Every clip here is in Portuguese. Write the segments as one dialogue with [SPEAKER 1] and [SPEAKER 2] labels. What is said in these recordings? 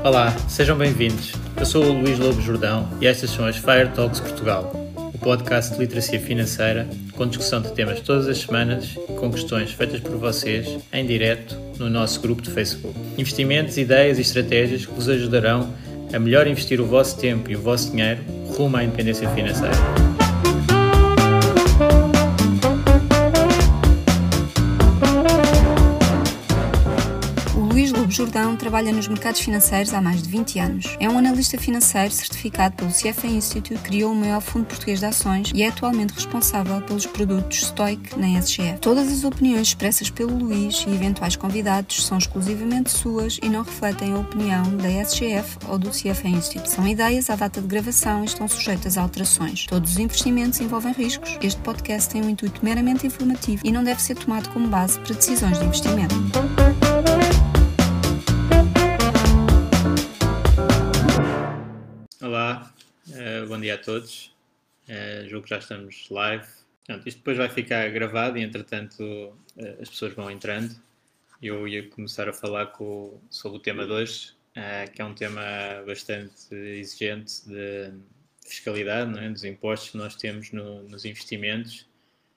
[SPEAKER 1] Olá, sejam bem-vindos. Eu sou o Luís Lobo Jordão e estas são as Fire Talks Portugal, o podcast de literacia financeira com discussão de temas todas as semanas e com questões feitas por vocês em direto no nosso grupo de Facebook. Investimentos, ideias e estratégias que vos ajudarão a melhor investir o vosso tempo e o vosso dinheiro rumo à independência financeira.
[SPEAKER 2] Jordão trabalha nos mercados financeiros há mais de 20 anos. É um analista financeiro certificado pelo CFA Institute, criou o maior fundo português de ações e é atualmente responsável pelos produtos Stoic na SGF. Todas as opiniões expressas pelo Luís e eventuais convidados são exclusivamente suas e não refletem a opinião da SGF ou do CFA Institute. São ideias à data de gravação e estão sujeitas a alterações. Todos os investimentos envolvem riscos. Este podcast tem um intuito meramente informativo e não deve ser tomado como base para decisões de investimento.
[SPEAKER 1] Olá, bom dia a todos. Julgo que já estamos live. Pronto, isto depois vai ficar gravado e, entretanto, as pessoas vão entrando. Eu ia começar a falar sobre o tema de hoje, que é um tema bastante exigente de fiscalidade, não é? Dos impostos que nós temos nos investimentos,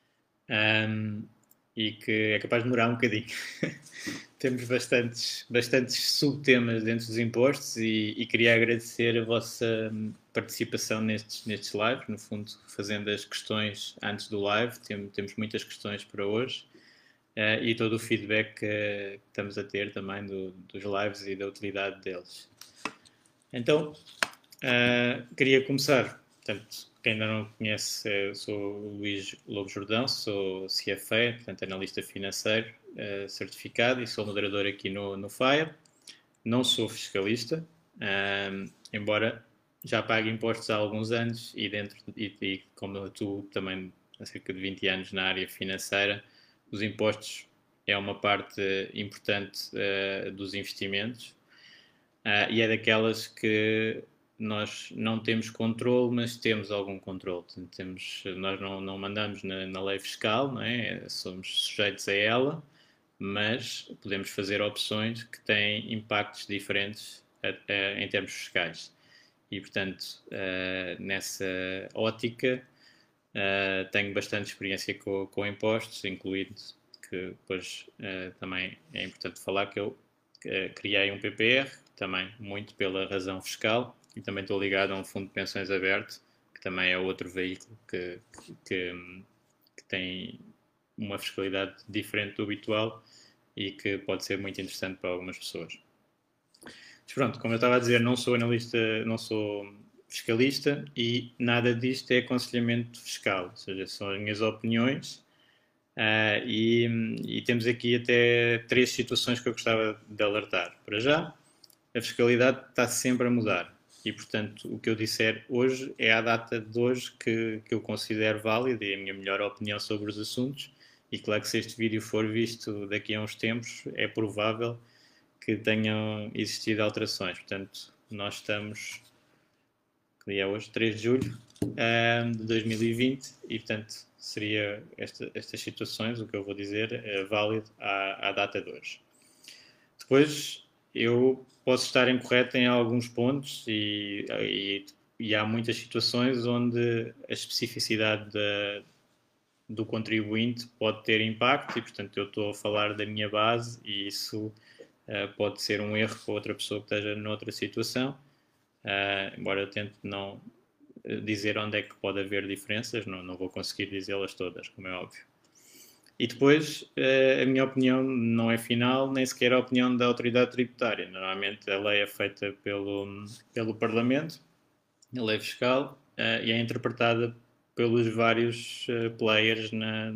[SPEAKER 1] e que é capaz de demorar um bocadinho. Temos bastantes subtemas dentro dos impostos e queria agradecer a vossa participação nestes lives, no fundo, fazendo as questões antes do live. Temos muitas questões para hoje e todo o feedback que estamos a ter também dos lives e da utilidade deles. Então, queria começar. Portanto, quem ainda não conhece, eu sou o Luís Lobo Jordão, sou CFA, portanto, analista financeiro certificado e sou moderador aqui no FIRE. Não sou fiscalista, embora já pague impostos há alguns anos e como tu também há cerca de 20 anos na área financeira, os impostos é uma parte importante dos investimentos e é daquelas que nós não temos controle, mas temos algum controle. Nós não mandamos na lei fiscal, não é? Somos sujeitos a ela, mas podemos fazer opções que têm impactos diferentes em termos fiscais. E, portanto, nessa ótica, tenho bastante experiência com impostos, incluindo que depois também é importante falar que eu criei um PPR, também muito pela razão fiscal, e também estou ligado a um fundo de pensões aberto, que também é outro veículo que tem uma fiscalidade diferente do habitual e que pode ser muito interessante para algumas pessoas. Mas pronto, como eu estava a dizer, não sou analista, não sou fiscalista e nada disto é aconselhamento fiscal, ou seja, são as minhas opiniões e temos aqui até 3 situações que eu gostava de alertar. Para já, a fiscalidade está sempre a mudar. E, portanto, o que eu disser hoje é a data de hoje que eu considero válida e a minha melhor opinião sobre os assuntos. E claro que se este vídeo for visto daqui a uns tempos, é provável que tenham existido alterações. Portanto, nós estamos, que dia é hoje? 3 de julho de 2020 e, portanto, seria estas situações, o que eu vou dizer, válido à data de hoje. Depois, eu posso estar incorreto em alguns pontos e há muitas situações onde a especificidade do contribuinte pode ter impacto e, portanto, eu estou a falar da minha base e isso pode ser um erro para outra pessoa que esteja noutra situação, embora eu tente não dizer onde é que pode haver diferenças, não vou conseguir dizê-las todas, como é óbvio. E depois, a minha opinião não é final, nem sequer a opinião da autoridade tributária. Normalmente a lei é feita pelo Parlamento, a lei fiscal, e é interpretada pelos vários players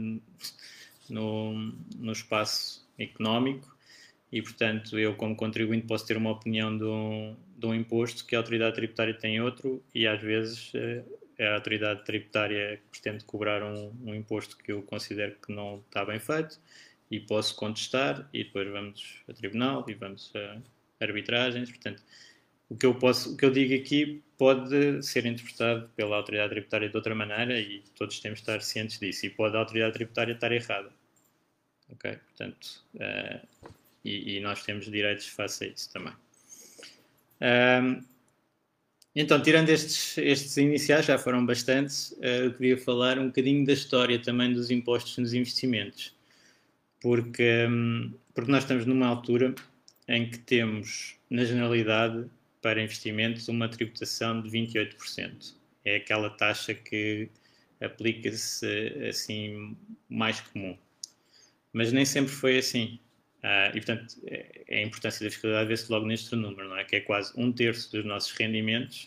[SPEAKER 1] no espaço económico. E, portanto, eu como contribuinte posso ter uma opinião de um imposto que a autoridade tributária tem outro e às vezes a autoridade tributária pretende cobrar um imposto que eu considero que não está bem feito e posso contestar e depois vamos a tribunal e vamos a arbitragens. Portanto, o que eu digo aqui pode ser interpretado pela autoridade tributária de outra maneira e todos temos de estar cientes disso e pode a autoridade tributária estar errada. Ok? Portanto, e nós temos direitos face a isso também. Então, tirando estes iniciais, já foram bastantes, eu queria falar um bocadinho da história também dos impostos nos investimentos, porque nós estamos numa altura em que temos, na generalidade, para investimentos, uma tributação de 28%. É aquela taxa que aplica-se assim mais comum. Mas nem sempre foi assim. E, portanto, a importância da fiscalidade vê-se logo neste número, não é? Que é quase 1/3 dos nossos rendimentos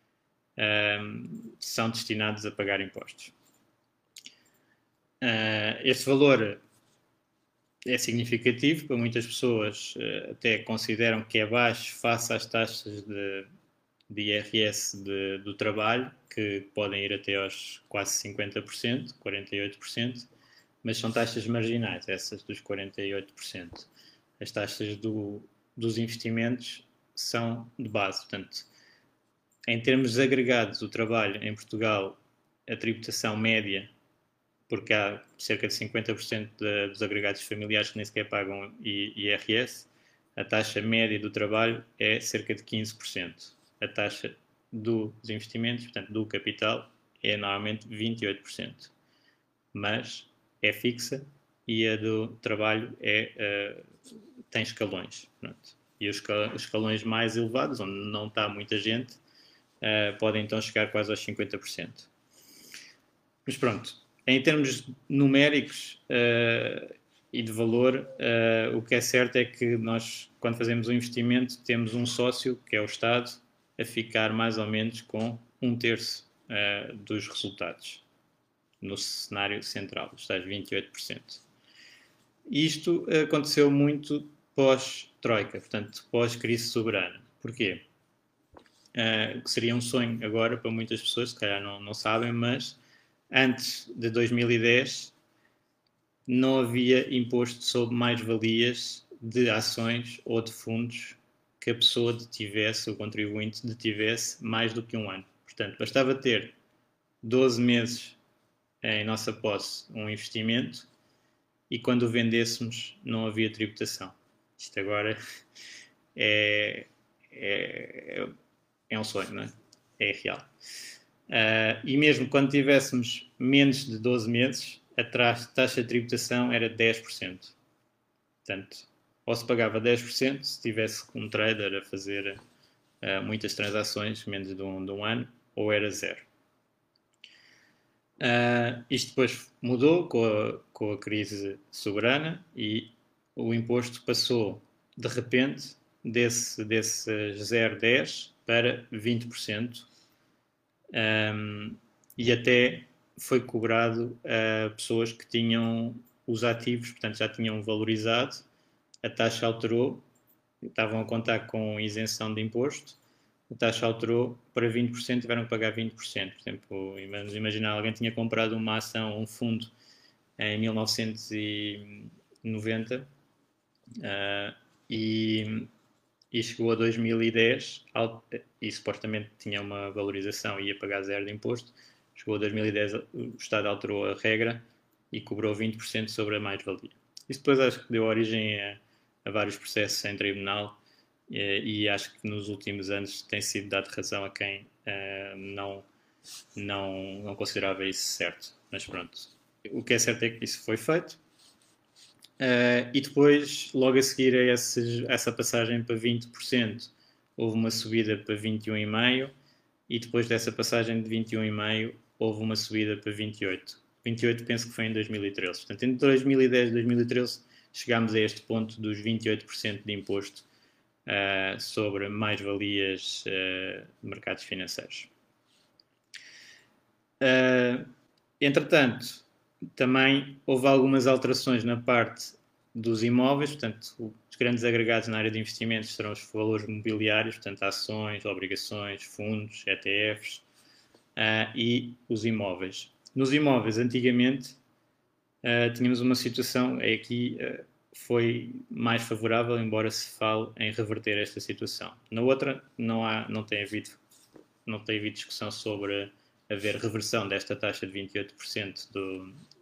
[SPEAKER 1] são destinados a pagar impostos. Este valor é significativo, para muitas pessoas até consideram que é baixo face às taxas de IRS do trabalho, que podem ir até aos quase 50%, 48%, mas são taxas marginais, essas dos 48%. As taxas dos investimentos são de base. Portanto, em termos agregados, o trabalho em Portugal, a tributação média, porque há cerca de 50% dos agregados familiares que nem sequer pagam IRS, a taxa média do trabalho é cerca de 15%. A taxa dos investimentos, portanto, do capital, é normalmente 28%. Mas é fixa e a do trabalho tem escalões. Pronto. E os escalões mais elevados, onde não está muita gente, podem então chegar quase aos 50%. Mas pronto, em termos numéricos e de valor, o que é certo é que nós, quando fazemos um investimento, temos um sócio, que é o Estado, a ficar mais ou menos com 1/3 dos resultados no cenário central, os tais 28%. Isto aconteceu muito pós-Troika, portanto, pós-crise soberana. Porquê? Que seria um sonho agora para muitas pessoas, se calhar não sabem, mas antes de 2010 não havia imposto sobre mais-valias de ações ou de fundos que a pessoa detivesse, o contribuinte detivesse mais do que um ano. Portanto, bastava ter 12 meses em nossa posse um investimento e quando o vendêssemos não havia tributação. Isto agora é um sonho, não é? É real. E mesmo quando tivéssemos menos de 12 meses, a taxa de tributação era 10%. Portanto, ou se pagava 10% se tivesse um trader a fazer muitas transações, menos de um ano, ou era zero. Isto depois mudou com a crise soberana e o imposto passou, de repente, desses 0,10% para 20%. E até foi cobrado a pessoas que tinham os ativos, portanto já tinham valorizado, a taxa alterou, estavam a contar com isenção de imposto, a taxa alterou para 20%, tiveram que pagar 20%. Por exemplo, vamos imaginar, alguém tinha comprado uma ação, um fundo, em 1990 e chegou a 2010 e supostamente tinha uma valorização e ia pagar zero de imposto. Chegou a 2010, o Estado alterou a regra e cobrou 20% sobre a mais-valia. Isso depois acho que deu origem a vários processos em tribunal e acho que nos últimos anos tem sido dado razão a quem não considerava isso certo. Mas pronto, o que é certo é que isso foi feito. E depois, logo a seguir a essa passagem para 20%, houve uma subida para 21,5% e depois dessa passagem de 21,5% houve uma subida para 28%. 28% penso que foi em 2013. Portanto, entre 2010 e 2013 chegámos a este ponto dos 28% de imposto sobre mais-valias de mercados financeiros. Entretanto, também houve algumas alterações na parte dos imóveis, portanto, os grandes agregados na área de investimentos serão os valores mobiliários, portanto, ações, obrigações, fundos, ETFs e os imóveis. Nos imóveis, antigamente, tínhamos uma situação, aqui foi mais favorável, embora se fale em reverter esta situação. Na outra, não tem havido discussão sobre haver reversão desta taxa de 28%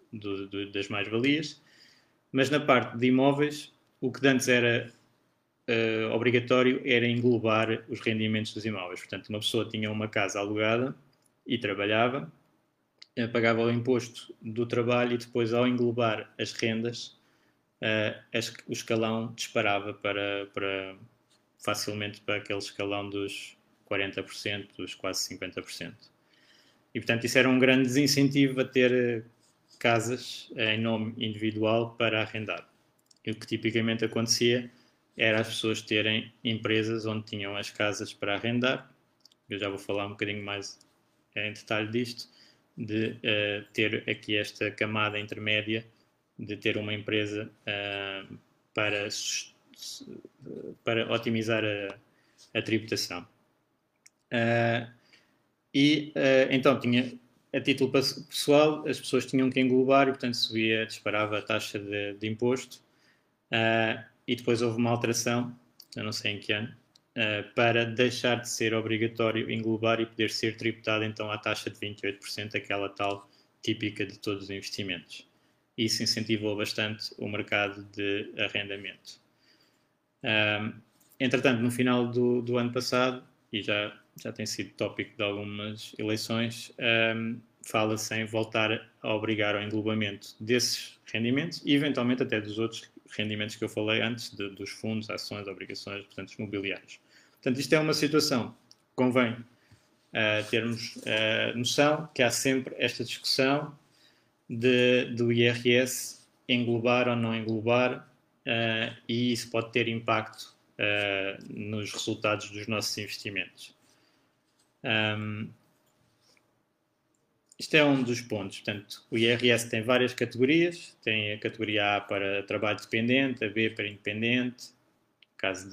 [SPEAKER 1] das mais-valias, mas na parte de imóveis, o que antes era obrigatório era englobar os rendimentos dos imóveis. Portanto, uma pessoa tinha uma casa alugada e trabalhava, pagava o imposto do trabalho e depois, ao englobar as rendas, o escalão disparava facilmente para aquele escalão dos 40%, dos quase 50%. E, portanto, isso era um grande desincentivo a ter casas em nome individual para arrendar. E o que tipicamente acontecia era as pessoas terem empresas onde tinham as casas para arrendar. Eu já vou falar um bocadinho mais em detalhe disto, de ter aqui esta camada intermédia, de ter uma empresa para otimizar a tributação. Então, a título pessoal, as pessoas tinham que englobar e, portanto, disparava a taxa de imposto. E depois houve uma alteração, eu não sei em que ano, para deixar de ser obrigatório englobar e poder ser tributado então à taxa de 28%, aquela tal típica de todos os investimentos. Isso incentivou bastante o mercado de arrendamento. Entretanto, no final do ano passado, e já tem sido tópico de algumas eleições, fala-se em voltar a obrigar ao englobamento desses rendimentos e eventualmente até dos outros rendimentos que eu falei antes, dos fundos, ações, obrigações, portanto, os mobiliários. Portanto, isto é uma situação que convém termos noção que há sempre esta discussão do IRS englobar ou não englobar, e isso pode ter impacto nos resultados dos nossos investimentos. Isto é um dos pontos. Portanto, o IRS tem várias categorias. Tem a categoria A para trabalho dependente, a B para independente. No caso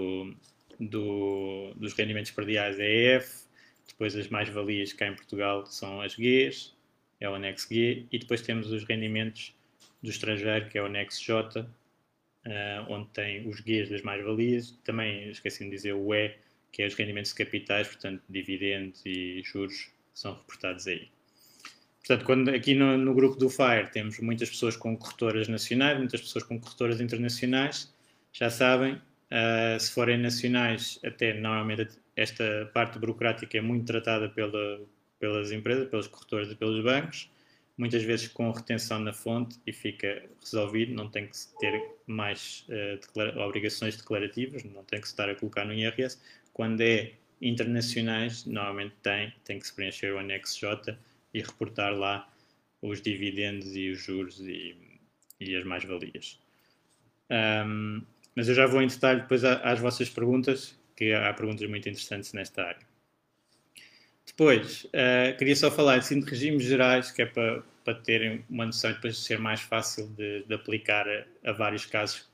[SPEAKER 1] dos rendimentos perdiais é a F. Depois as mais-valias cá em Portugal são as Gs, é o anexo G. E depois temos os rendimentos do estrangeiro, que é o anexo J, onde tem os Gs das mais-valias. Também esqueci de dizer o E, que é os rendimentos de capitais, portanto, dividendos e juros são reportados aí. Portanto, aqui no grupo do FIRE temos muitas pessoas com corretoras nacionais, muitas pessoas com corretoras internacionais. Já sabem, se forem nacionais, até normalmente esta parte burocrática é muito tratada pelas empresas, pelos corretores e pelos bancos, muitas vezes com retenção na fonte e fica resolvido, não tem que ter mais obrigações declarativas, não tem que se estar a colocar no IRS. Quando é internacionais, normalmente tem que se preencher o anexo J e reportar lá os dividendos e os juros e as mais-valias. Mas eu já vou em detalhe depois às vossas perguntas, que há perguntas muito interessantes nesta área. Depois, queria só falar assim, de regimes gerais, que é para terem uma noção e depois ser mais fácil de aplicar a vários casos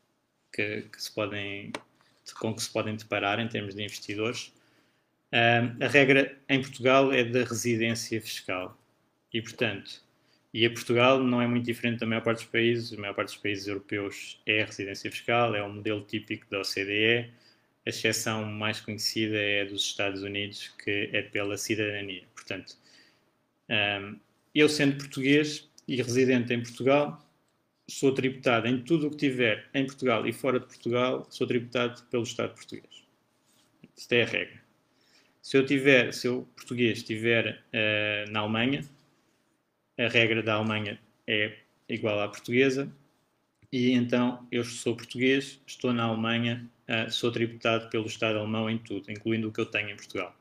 [SPEAKER 1] com que se podem deparar em termos de investidores. A regra em Portugal é da residência fiscal e, portanto, a Portugal não é muito diferente da maior parte dos países. A maior parte dos países europeus é a residência fiscal, é o modelo típico da OCDE. A exceção mais conhecida é a dos Estados Unidos, que é pela cidadania. Portanto, eu sendo português e residente em Portugal, sou tributado em tudo o que tiver em Portugal e fora de Portugal, sou tributado pelo Estado português. Isto é a regra. Se o português estiver na Alemanha, a regra da Alemanha é igual à portuguesa e então eu sou português, estou na Alemanha, sou tributado pelo Estado alemão em tudo, incluindo o que eu tenho em Portugal.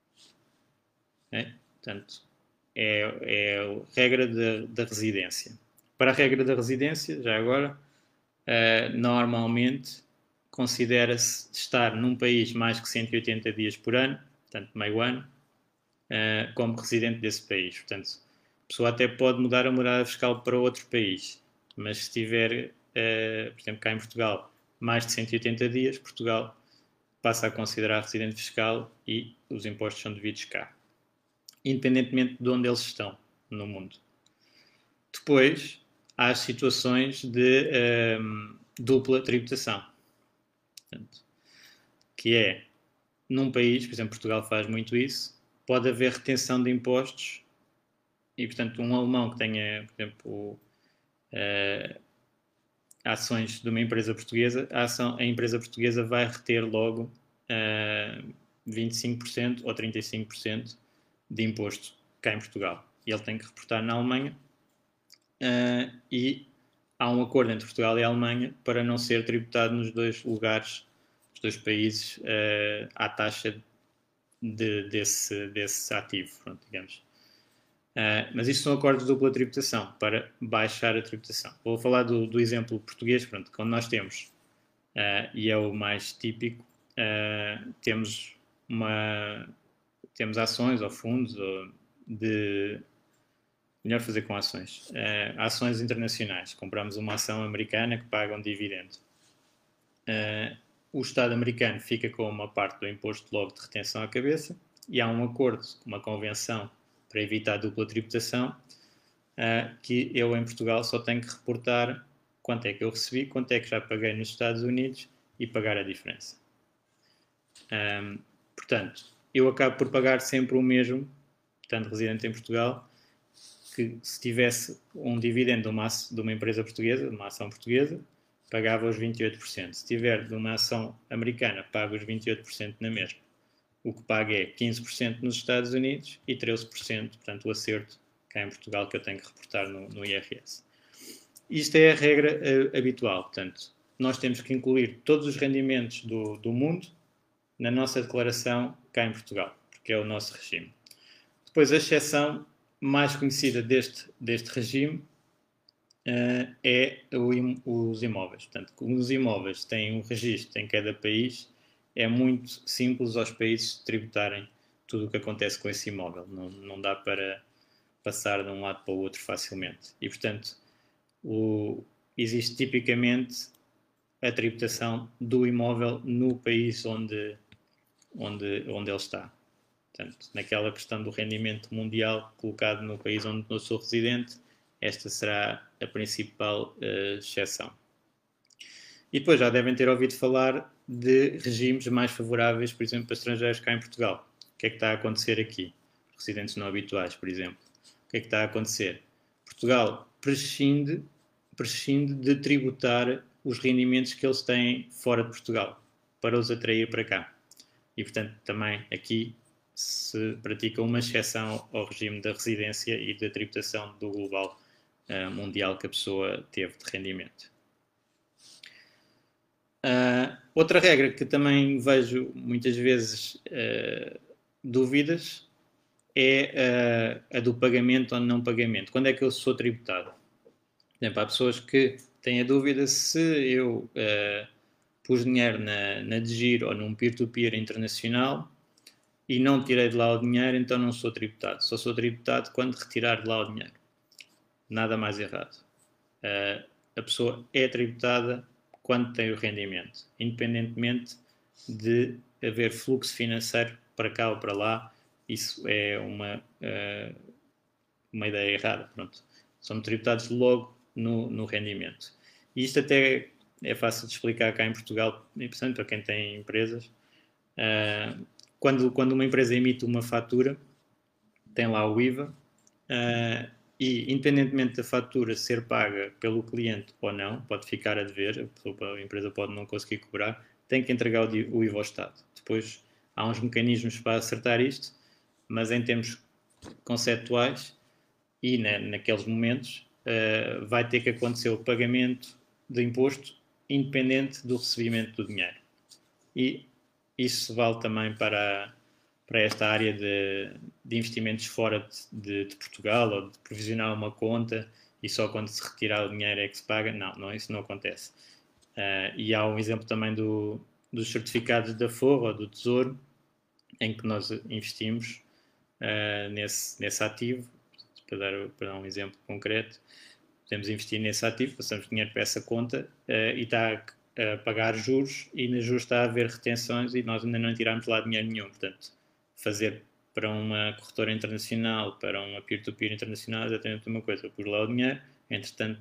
[SPEAKER 1] Portanto, é a regra da residência. Para a regra da residência, já agora, normalmente considera-se estar num país mais que 180 dias por ano, portanto meio ano, como residente desse país. Portanto, a pessoa até pode mudar a morada fiscal para outro país, mas se estiver, por exemplo, cá em Portugal, mais de 180 dias, Portugal passa a considerar residente fiscal e os impostos são devidos cá, independentemente de onde eles estão no mundo. Depois, há as situações de dupla tributação, portanto, que é, num país, por exemplo, Portugal faz muito isso, pode haver retenção de impostos e, portanto, um alemão que tenha, por exemplo, ações de uma empresa portuguesa, a empresa portuguesa vai reter logo 25% ou 35% de imposto cá em Portugal. E ele tem que reportar na Alemanha e há um acordo entre Portugal e a Alemanha para não ser tributado nos dois lugares, nos dois países, à taxa desse ativo, pronto, digamos. Mas isto são acordos de dupla tributação, para baixar a tributação. Vou falar do exemplo português, pronto, quando nós temos, e é o mais típico, temos ações ou fundos, melhor fazer com ações. Ações internacionais. Compramos uma ação americana que paga um dividendo. O Estado americano fica com uma parte do imposto logo de retenção à cabeça e há um acordo, uma convenção para evitar dupla tributação, que eu em Portugal só tenho que reportar quanto é que eu recebi, quanto é que já paguei nos Estados Unidos e pagar a diferença. Portanto, eu acabo por pagar sempre o mesmo, portanto, residente em Portugal, que se tivesse um dividendo de uma empresa portuguesa, de uma ação portuguesa, pagava os 28%. Se tiver de uma ação americana, paga os 28% na mesma. O que paga é 15% nos Estados Unidos e 13%, portanto, o acerto cá em Portugal que eu tenho que reportar no IRS. Isto é a regra habitual, portanto, nós temos que incluir todos os rendimentos do mundo na nossa declaração cá em Portugal, porque é o nosso regime. Depois, a exceção mais conhecida deste regime é os imóveis. Portanto, como os imóveis têm um registro em cada país, é muito simples aos países tributarem tudo o que acontece com esse imóvel. Não dá para passar de um lado para o outro facilmente. E, portanto, existe tipicamente a tributação do imóvel no país onde ele está. Portanto, naquela questão do rendimento mundial colocado no país onde eu sou residente, esta será a principal exceção. E depois já devem ter ouvido falar de regimes mais favoráveis, por exemplo, para estrangeiros cá em Portugal. O que é que está a acontecer aqui? Residentes não habituais, por exemplo. O que é que está a acontecer? Portugal prescinde de tributar os rendimentos que eles têm fora de Portugal, para os atrair para cá. E, portanto, também aqui se pratica uma exceção ao regime da residência e da tributação do global mundial que a pessoa teve de rendimento. Outra regra que também vejo muitas vezes dúvidas é a do pagamento ou não pagamento. Quando é que eu sou tributado? Por exemplo, há pessoas que têm a dúvida se eu pus dinheiro na DGIR ou num peer-to-peer internacional e não tirei de lá o dinheiro, então não sou tributado. Só sou tributado quando retirar de lá o dinheiro. Nada mais errado. A pessoa é tributada quando tem o rendimento, independentemente de haver fluxo financeiro para cá ou para lá. Isso é uma ideia errada. Pronto. Somos tributados logo no rendimento. E isto até é fácil de explicar cá em Portugal, e portanto para quem tem empresas. Quando uma empresa emite uma fatura, tem lá o IVA, e independentemente da fatura ser paga pelo cliente ou não, pode ficar a dever, a empresa pode não conseguir cobrar, tem que entregar o IVA ao Estado. Depois há uns mecanismos para acertar isto, mas em termos conceptuais e naqueles momentos vai ter que acontecer o pagamento do imposto independente do recebimento do dinheiro. E isso vale também para esta área de investimentos fora de Portugal, ou de provisionar uma conta e só quando se retirar o dinheiro é que se paga. Não, isso não acontece. E há um exemplo também dos certificados da Forro ou do Tesouro, em que nós investimos nesse ativo. Para dar um exemplo concreto, podemos investir nesse ativo, passamos dinheiro para essa conta e está a pagar juros, e nos juros está a haver retenções e nós ainda não tiramos lá dinheiro nenhum. Portanto, fazer para uma corretora internacional, para uma peer-to-peer internacional, é exatamente uma coisa. Eu pus lá o dinheiro, entretanto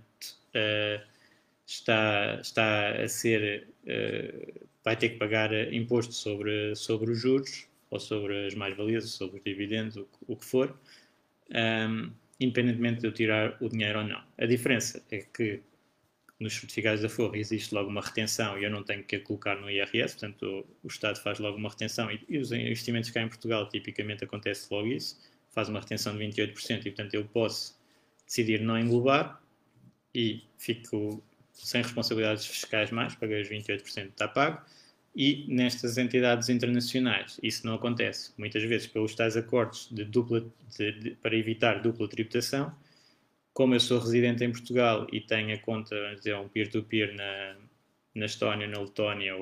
[SPEAKER 1] está a ser, vai ter que pagar imposto sobre os juros, ou sobre as mais-valias, sobre os dividendos, o que for, independentemente de eu tirar o dinheiro ou não. A diferença é que nos certificados da Forro existe logo uma retenção e eu não tenho que colocar no IRS, portanto o Estado faz logo uma retenção e os investimentos cá em Portugal tipicamente acontece logo isso, faz uma retenção de 28% e portanto eu posso decidir não englobar e fico sem responsabilidades fiscais mais, paguei os 28%, está pago. E nestas entidades internacionais isso não acontece, muitas vezes pelos tais acordos para evitar dupla tributação. Como eu sou residente em Portugal e tenho a conta, vamos dizer, um peer-to-peer na Estónia, na Letónia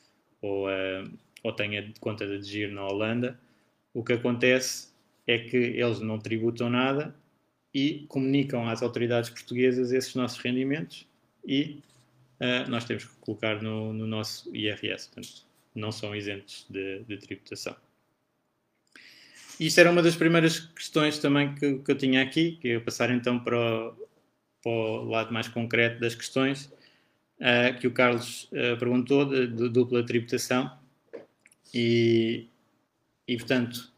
[SPEAKER 1] ou tenho a conta de Giro na Holanda, o que acontece é que eles não tributam nada e comunicam às autoridades portuguesas esses nossos rendimentos e nós temos que colocar no nosso IRS, portanto, não são isentos de tributação. Isto era uma das primeiras questões também que eu tinha aqui, que eu passar então para o lado mais concreto das questões, que o Carlos perguntou, de dupla tributação. E portanto,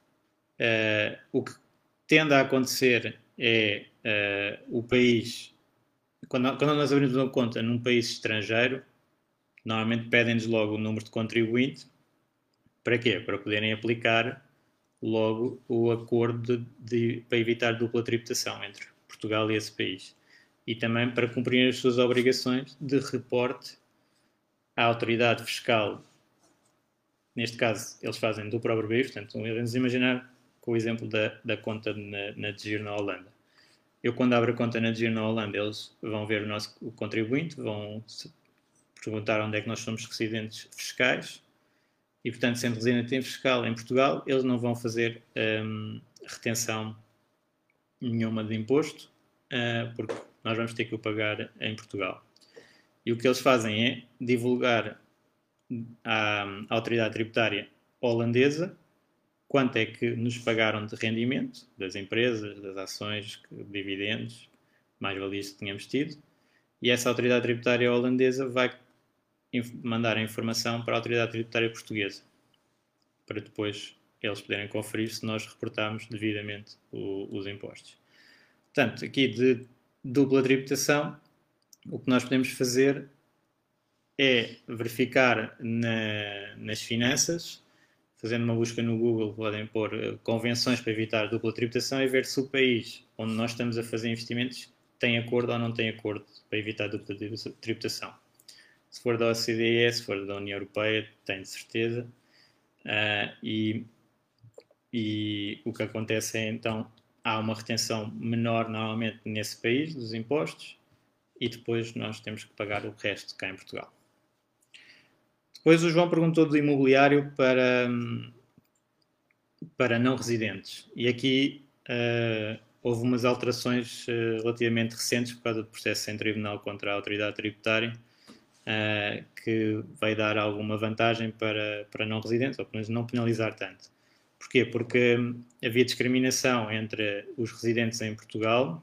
[SPEAKER 1] o que tende a acontecer é o país, quando nós abrimos uma conta num país estrangeiro, normalmente pedem-nos logo o número de contribuinte. Para quê? Para poderem aplicar logo o acordo para evitar dupla tributação entre Portugal e esse país. E também para cumprir as suas obrigações de reporte à autoridade fiscal. Neste caso, eles fazem do próprio país, portanto, vamos imaginar com o exemplo da conta na Giro na Holanda. Eu, quando abro a conta na Giro na Holanda, eles vão ver o contribuinte, vão perguntar onde é que nós somos residentes fiscais, e, portanto, sendo residente fiscal em Portugal, eles não vão fazer retenção nenhuma de imposto, porque nós vamos ter que o pagar em Portugal. E o que eles fazem é divulgar à autoridade tributária holandesa quanto é que nos pagaram de rendimento das empresas, das ações, dividendos, mais-valias que tínhamos tido, e essa autoridade tributária holandesa vai mandar a informação para a autoridade tributária portuguesa, para depois eles poderem conferir se nós reportarmos devidamente os impostos. Portanto, aqui de dupla tributação, o que nós podemos fazer é verificar nas finanças, fazendo uma busca no Google, podem pôr convenções para evitar dupla tributação e ver se o país onde nós estamos a fazer investimentos tem acordo ou não tem acordo para evitar dupla tributação. Se for da OCDE, se for da União Europeia, tem de certeza. E o que acontece é, então, há uma retenção menor, normalmente, nesse país, dos impostos, e depois nós temos que pagar o resto cá em Portugal. Depois o João perguntou do imobiliário para não residentes. E aqui houve umas alterações relativamente recentes por causa do processo em tribunal contra a autoridade tributária, que vai dar alguma vantagem para não residentes, ou pelo menos não penalizar tanto. Porquê? Porque havia discriminação entre os residentes em Portugal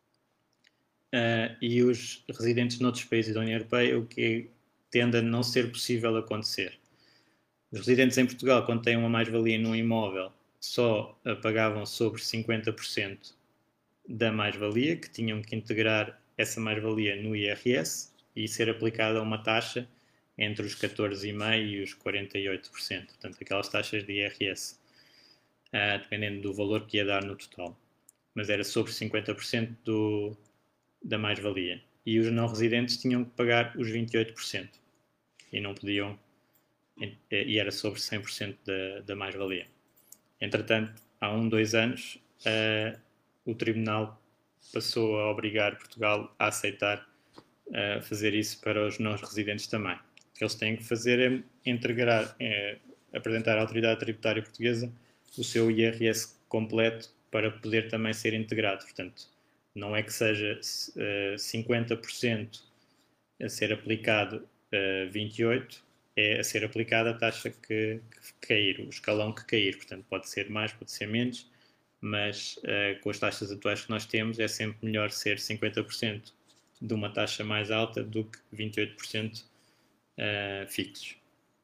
[SPEAKER 1] e os residentes noutros países da União Europeia, o que tende a não ser possível acontecer. Os residentes em Portugal, quando têm uma mais-valia num imóvel, só pagavam sobre 50% da mais-valia, que tinham que integrar essa mais-valia no IRS e ser aplicada a uma taxa entre os 14,5% e os 48%. Portanto, aquelas taxas de IRS, dependendo do valor que ia dar no total. Mas era sobre 50% da mais-valia. E os não residentes tinham que pagar os 28%. E não podiam, e era sobre 100% da mais-valia. Entretanto, há 2 anos, o Tribunal passou a obrigar Portugal a aceitar fazer isso para os não residentes também. O que eles têm que fazer é apresentar à Autoridade Tributária Portuguesa o seu IRS completo para poder também ser integrado. Portanto, não é que seja 50% a ser aplicado 28%, é a ser aplicada a taxa que cair, o escalão que cair. Portanto, pode ser mais, pode ser menos, mas com as taxas atuais que nós temos, é sempre melhor ser 50% de uma taxa mais alta do que 28% fixos.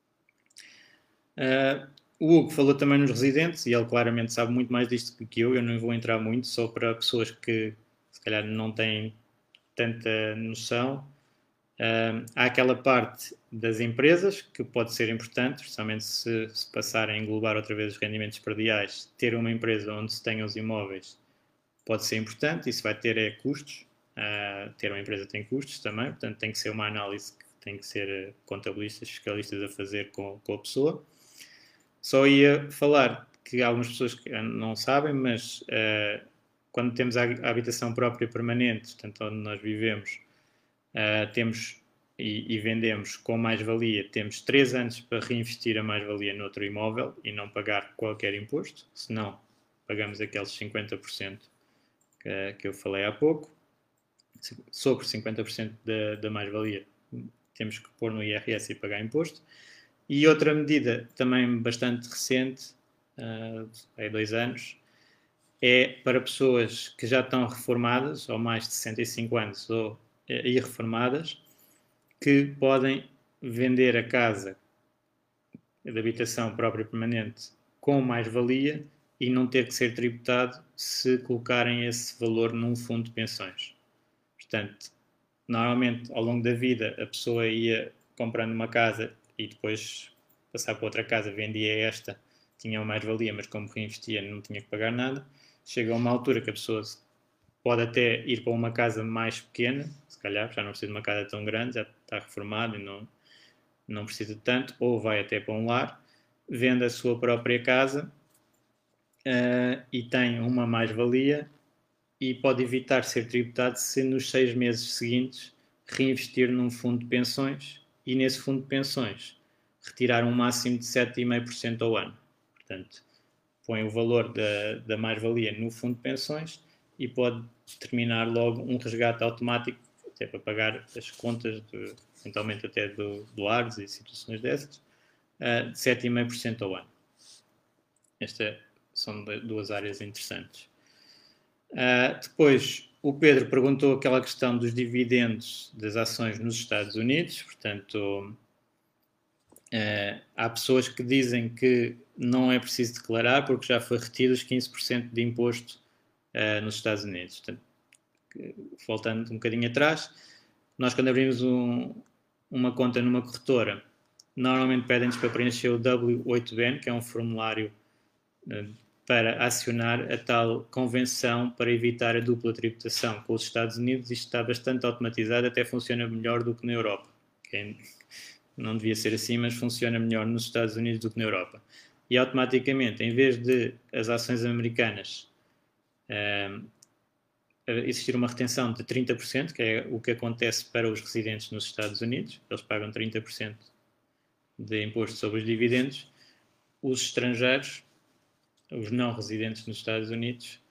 [SPEAKER 1] O Hugo falou também nos residentes, e ele claramente sabe muito mais disto que eu não vou entrar muito, só para pessoas que se calhar não têm tanta noção. Há aquela parte das empresas que pode ser importante, especialmente se passarem a englobar outra vez os rendimentos prediais. Ter uma empresa onde se tenham os imóveis pode ser importante, isso vai ter custos. Ter uma empresa tem custos também, portanto tem que ser uma análise que tem que ser contabilistas, fiscalistas a fazer com a pessoa. Só ia falar que algumas pessoas que não sabem, mas quando temos a habitação própria permanente, portanto onde nós vivemos, temos e vendemos com mais-valia, temos 3 anos para reinvestir a mais-valia noutro imóvel e não pagar qualquer imposto, senão pagamos aqueles 50% que eu falei há pouco. Sobre 50% da mais-valia temos que pôr no IRS e pagar imposto. E outra medida também bastante recente, há 2 anos, é para pessoas que já estão reformadas, ou mais de 65 anos, ou irreformadas, que podem vender a casa de habitação própria permanente com mais-valia e não ter que ser tributado se colocarem esse valor num fundo de pensões. Portanto, normalmente, ao longo da vida, a pessoa ia comprando uma casa e depois passar para outra casa, vendia esta, tinha uma mais-valia, mas como reinvestia não tinha que pagar nada. Chega a uma altura que a pessoa pode até ir para uma casa mais pequena, se calhar, já não precisa de uma casa tão grande, já está reformado e não precisa de tanto, ou vai até para um lar, vende a sua própria casa e tem uma mais-valia e pode evitar ser tributado se nos 6 meses seguintes reinvestir num fundo de pensões e nesse fundo de pensões retirar um máximo de 7,5% ao ano. Portanto, põe o valor da mais-valia no fundo de pensões e pode determinar logo um resgate automático, até para pagar as contas, eventualmente até do lares e situações dessas, de 7,5% ao ano. Estas são 2 áreas interessantes. Depois, o Pedro perguntou aquela questão dos dividendos das ações nos Estados Unidos. Portanto, há pessoas que dizem que não é preciso declarar porque já foi retido os 15% de imposto nos Estados Unidos. Portanto, voltando um bocadinho atrás, nós quando abrimos uma conta numa corretora, normalmente pedem-nos para preencher o W8BN, que é um formulário para acionar a tal convenção para evitar a dupla tributação com os Estados Unidos. Isto está bastante automatizado, até funciona melhor do que na Europa. Não devia ser assim, mas funciona melhor nos Estados Unidos do que na Europa. E automaticamente, em vez de as ações americanas existir uma retenção de 30%, que é o que acontece para os residentes nos Estados Unidos, eles pagam 30% de imposto sobre os dividendos, os estrangeiros, os não residentes nos Estados Unidos,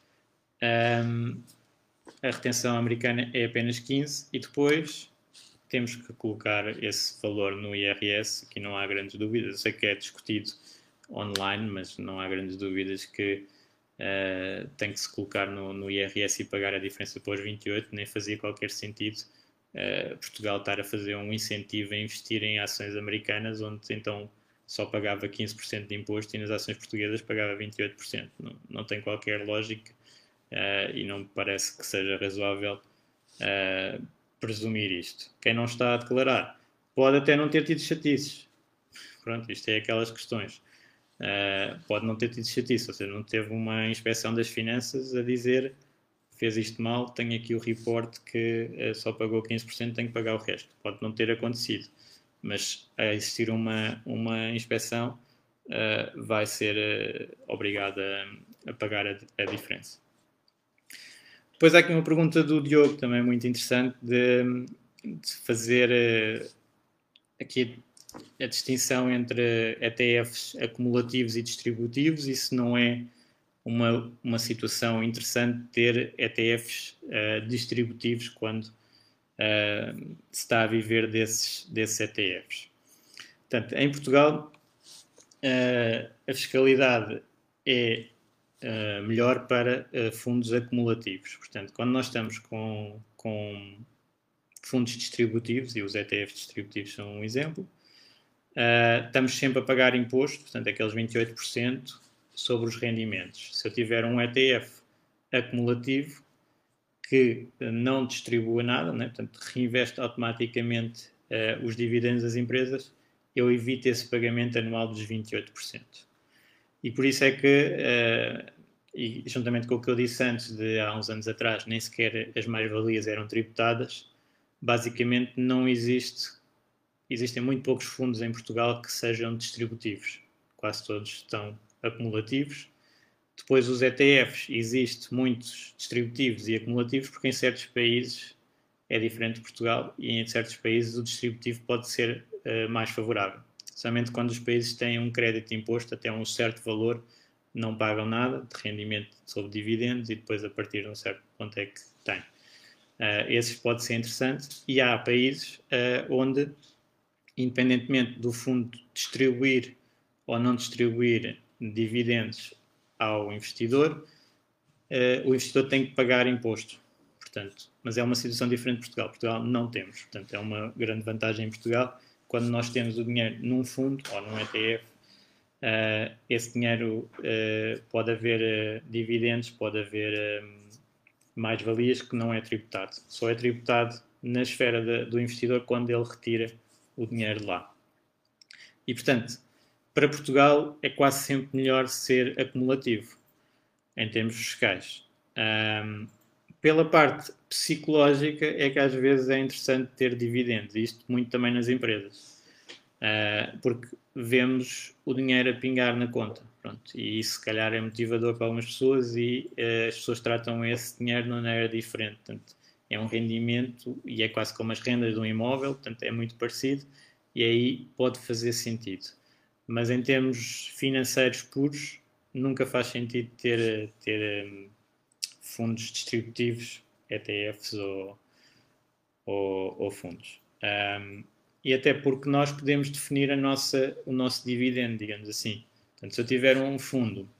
[SPEAKER 1] a retenção americana é apenas 15% e depois temos que colocar esse valor no IRS. Aqui não há grandes dúvidas, eu sei que é discutido online, mas não há grandes dúvidas que tem que se colocar no IRS e pagar a diferença para os 28%. Nem fazia qualquer sentido Portugal estar a fazer um incentivo a investir em ações americanas, onde então só pagava 15% de imposto e nas ações portuguesas pagava 28%. Não tem qualquer lógica e não me parece que seja razoável presumir isto. Quem não está a declarar pode até não ter tido chatices. Pronto, isto é aquelas questões. Pode não ter tido chatice, ou seja, não teve uma inspeção das finanças a dizer fez isto mal, tenho aqui o report que só pagou 15%, tenho que pagar o resto. Pode não ter acontecido, mas a existir uma inspeção vai ser obrigado a pagar a diferença. Depois há aqui uma pergunta do Diogo, também muito interessante, de fazer aqui a distinção entre ETFs acumulativos e distributivos, e se não é uma situação interessante ter ETFs distributivos quando se está a viver desses ETFs. Portanto, em Portugal, a fiscalidade é melhor para fundos acumulativos. Portanto, quando nós estamos com fundos distributivos, e os ETFs distributivos são um exemplo, estamos sempre a pagar imposto, portanto, aqueles 28% sobre os rendimentos. Se eu tiver um ETF acumulativo, que não distribua nada, né? Portanto, reinveste automaticamente os dividendos das empresas, eu evito esse pagamento anual dos 28%. E por isso é que, e juntamente com o que eu disse antes, de há uns anos atrás, nem sequer as mais-valias eram tributadas, basicamente não existem muito poucos fundos em Portugal que sejam distributivos. Quase todos estão acumulativos. Depois os ETFs, existem muitos distributivos e acumulativos, porque em certos países é diferente de Portugal e em certos países o distributivo pode ser mais favorável. Somente quando os países têm um crédito de imposto até um certo valor, não pagam nada de rendimento sobre dividendos e depois a partir de um certo ponto é que têm. Esses pode ser interessante e há países onde, independentemente do fundo distribuir ou não distribuir dividendos ao investidor, o investidor tem que pagar imposto. Portanto, mas é uma situação diferente de Portugal. Portugal não temos. Portanto, é uma grande vantagem em Portugal. Quando nós temos o dinheiro num fundo ou num ETF, esse dinheiro pode haver dividendos, pode haver mais-valias que não é tributado. Só é tributado na esfera do investidor quando ele retira o dinheiro de lá. E, portanto, para Portugal é quase sempre melhor ser acumulativo em termos fiscais. Pela parte psicológica é que às vezes é interessante ter dividendos, isto muito também nas empresas, porque vemos o dinheiro a pingar na conta, pronto, e isso se calhar é motivador para algumas pessoas e as pessoas tratam esse dinheiro de maneira diferente. Portanto, é um rendimento e é quase como as rendas de um imóvel, portanto é muito parecido e aí pode fazer sentido. Mas em termos financeiros puros, nunca faz sentido ter fundos distributivos, ETFs ou fundos. E até porque nós podemos definir o nosso dividendo, digamos assim. Portanto, se eu tiver um fundo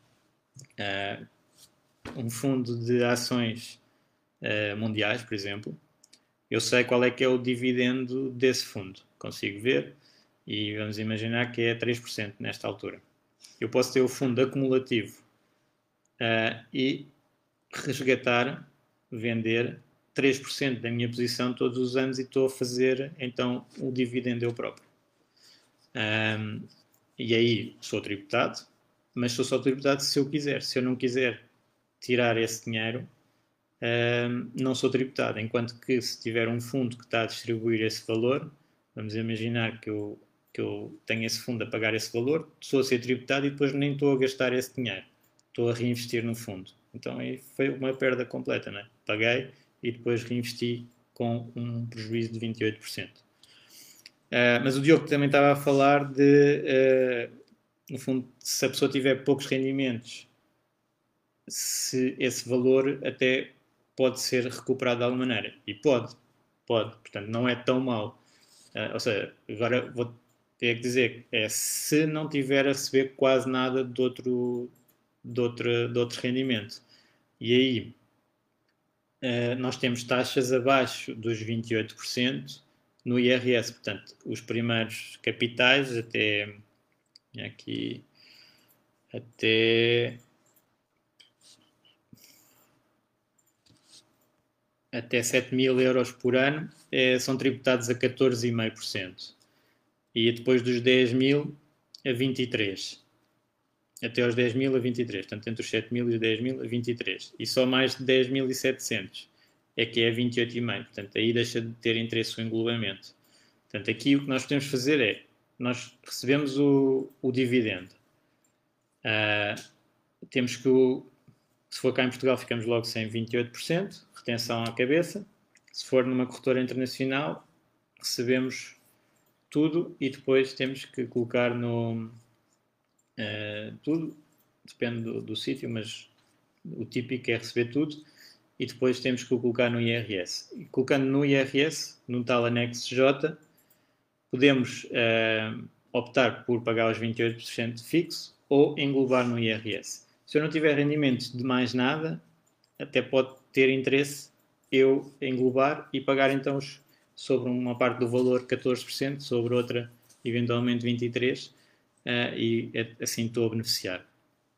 [SPEAKER 1] de ações mundiais, por exemplo, eu sei qual é que é o dividendo desse fundo. Consigo ver e vamos imaginar que é 3% nesta altura. Eu posso ter o fundo acumulativo e resgatar, vender 3% da minha posição todos os anos e estou a fazer então o dividendo eu próprio. E aí sou tributado, mas sou só tributado se eu quiser. Se eu não quiser tirar esse dinheiro, não sou tributado. Enquanto que se tiver um fundo que está a distribuir esse valor, vamos imaginar que eu tenho esse fundo a pagar esse valor, estou a ser tributado e depois nem estou a gastar esse dinheiro. Estou a reinvestir no fundo. Então aí foi uma perda completa, não é? Paguei e depois reinvesti com um prejuízo de 28%. Mas o Diogo também estava a falar de, no fundo, se a pessoa tiver poucos rendimentos, se esse valor até pode ser recuperado de alguma maneira. E pode. Portanto, não é tão mau. Ou seja, agora vou ter que dizer que se não tiver a receber quase nada de outro rendimento. E aí nós temos taxas abaixo dos 28% no IRS. Portanto, os primeiros capitais até 7.000 euros por ano são tributados a 14,5%. E depois dos 10.000 a 23%. Até aos 10.000 a 23%. Portanto, entre os 7.000 e os 10.000 a 23%. E só mais de 10.700 é que é 28,5%. Portanto, aí deixa de ter interesse o englobamento. Portanto, aqui o que nós podemos fazer é, nós recebemos o dividendo. Temos que, se for cá em Portugal, ficamos logo sem 28%, retenção à cabeça. Se for numa corretora internacional, recebemos tudo e depois temos que colocar no... tudo, depende do sítio, mas o típico é receber tudo e depois temos que o colocar no IRS. E colocando no IRS, no tal anexo J, podemos optar por pagar os 28% fixo ou englobar no IRS. Se eu não tiver rendimentos de mais nada, até pode ter interesse eu englobar e pagar então sobre uma parte do valor 14%, sobre outra eventualmente 23%, e assim estou a beneficiar.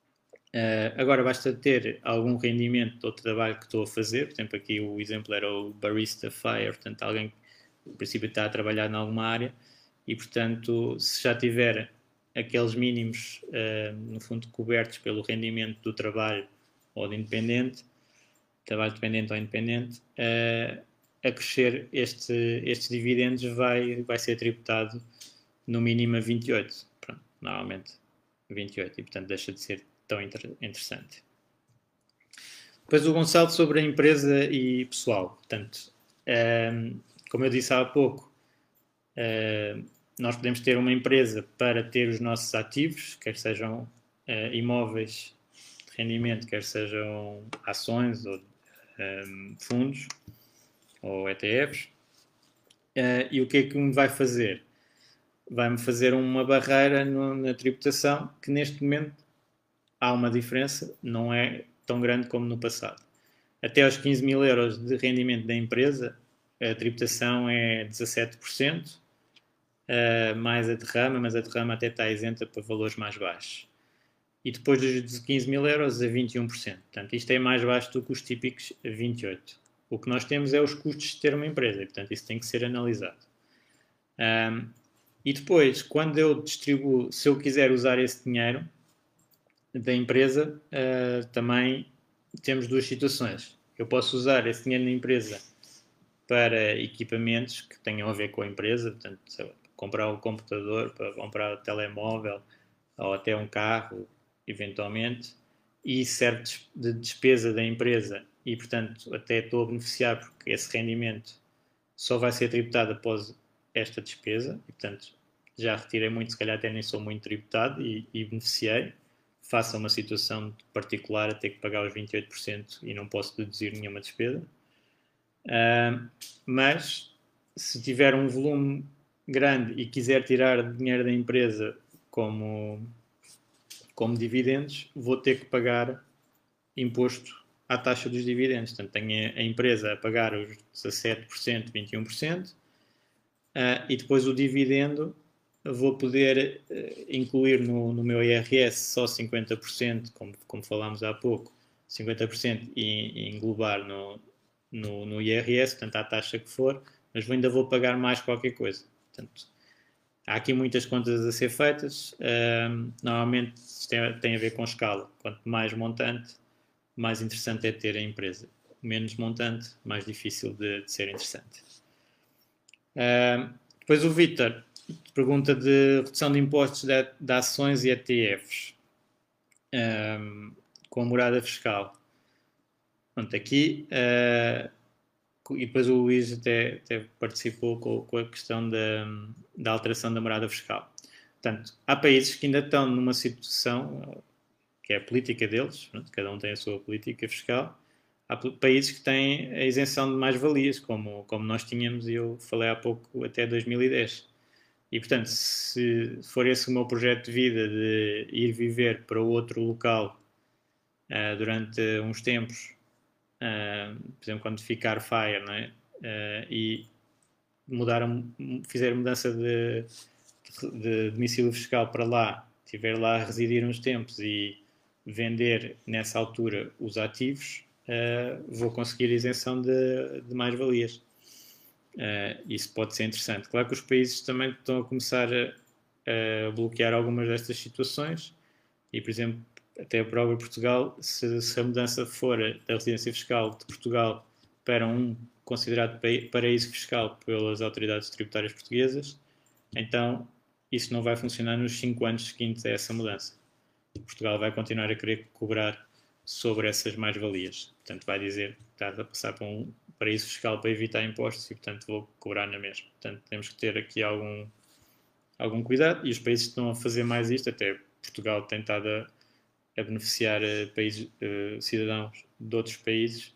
[SPEAKER 1] Agora basta ter algum rendimento do trabalho que estou a fazer. Por exemplo, aqui o exemplo era o Barista Fire, portanto, alguém que, no princípio, está a trabalhar em alguma área e, portanto, se já tiver aqueles mínimos, no fundo, cobertos pelo rendimento do trabalho ou de independente, trabalho dependente ou independente, a crescer estes dividendos vai ser tributado no mínimo a 28. Pronto, normalmente 28, e portanto deixa de ser tão interessante. Depois o Gonçalo sobre a empresa e pessoal. Portanto, como eu disse há pouco, nós podemos ter uma empresa para ter os nossos ativos, quer sejam imóveis de rendimento, quer sejam ações ou fundos ou ETFs. E o que é que me vai fazer? Vai-me fazer uma barreira na tributação que neste momento há uma diferença, não é tão grande como no passado. Até aos 15 mil euros de rendimento da empresa, a tributação é 17%, mais a derrama, mas a derrama até está isenta para valores mais baixos. E depois dos 15 mil euros a 21%. Portanto, isto é mais baixo do que os típicos 28%. O que nós temos é os custos de ter uma empresa, e portanto isso tem que ser analisado. E depois, quando eu distribuo, se eu quiser usar esse dinheiro da empresa, também temos duas situações. Eu posso usar esse dinheiro na empresa para equipamentos que tenham a ver com a empresa, portanto, sei lá, comprar um computador, para comprar um telemóvel ou até um carro, eventualmente, e serve de despesa da empresa e, portanto, até estou a beneficiar porque esse rendimento só vai ser tributado após esta despesa e, portanto, já retirei muito, se calhar até nem sou muito tributado e beneficiei. Faça uma situação particular a ter que pagar os 28% e não posso deduzir nenhuma despesa. Mas, se tiver um volume grande e quiser tirar dinheiro da empresa como dividendos, vou ter que pagar imposto à taxa dos dividendos. Portanto, tenho a empresa a pagar os 17%, 21%, e depois o dividendo vou poder incluir no meu IRS só 50%, como falámos há pouco, 50% e englobar no IRS, portanto, à taxa que for, mas ainda vou pagar mais qualquer coisa. Portanto, há aqui muitas contas a ser feitas. Normalmente tem a ver com escala. Quanto mais montante, mais interessante é ter a empresa. Menos montante, mais difícil de ser interessante. Depois o Vítor pergunta de redução de impostos de ações e ETFs com a morada fiscal. Pronto, aqui e depois o Luís até participou com a questão da alteração da morada fiscal. Portanto, há países que ainda estão numa situação que é a política deles, pronto, cada um tem a sua política fiscal. Há países que têm a isenção de mais-valias, como nós tínhamos, e eu falei há pouco, até 2010. E, portanto, se for esse o meu projeto de vida, de ir viver para outro local durante uns tempos, por exemplo, quando ficar FIRE, não é? E fizer mudança de domicílio fiscal para lá, estiver lá a residir uns tempos e vender nessa altura os ativos, vou conseguir isenção de mais-valias. Isso pode ser interessante. Claro que os países também estão a começar a bloquear algumas destas situações e, por exemplo, até o próprio Portugal, se a mudança for da residência fiscal de Portugal para um considerado paraíso fiscal pelas autoridades tributárias portuguesas, então isso não vai funcionar nos 5 anos seguintes a essa mudança. Portugal vai continuar a querer cobrar sobre essas mais-valias. Portanto, vai dizer que está a passar para um paraíso fiscal para evitar impostos e, portanto, vou cobrar na mesma. Portanto, temos que ter aqui algum cuidado e os países que estão a fazer mais isto, até Portugal tem estado a beneficiar cidadãos de outros países,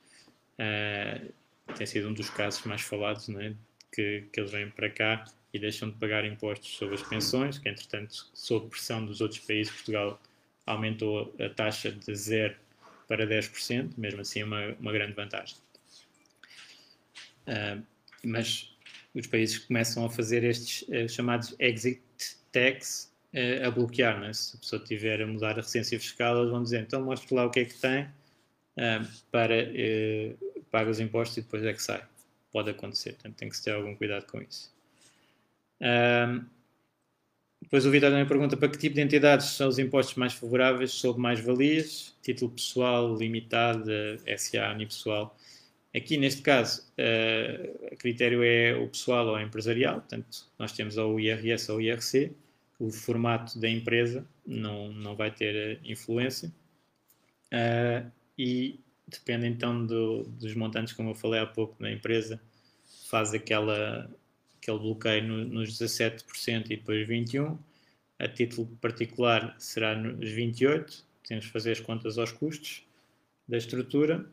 [SPEAKER 1] tem sido um dos casos mais falados, não é? que eles vêm para cá e deixam de pagar impostos sobre as pensões, que entretanto, sob pressão dos outros países, Portugal aumentou a taxa de 0 para 10%, mesmo assim é uma grande vantagem. Mas os países começam a fazer estes chamados exit tax, a bloquear, né? Se a pessoa tiver a mudar a residência fiscal, eles vão dizer, então mostre lá o que é que tem para pagar os impostos e depois é que sai. Pode acontecer, portanto tem que se ter algum cuidado com isso. Depois o Vitor também pergunta para que tipo de entidades são os impostos mais favoráveis sobre mais-valias, título pessoal, limitado, SA, unipessoal. Aqui, neste caso, o critério é o pessoal ou empresarial, portanto, nós temos ou o IRS ou o IRC, o formato da empresa não vai ter influência, e depende então dos montantes, como eu falei há pouco, da empresa, faz aquele bloqueio nos 17% e depois 21%, a título particular será nos 28%, temos que fazer as contas aos custos da estrutura,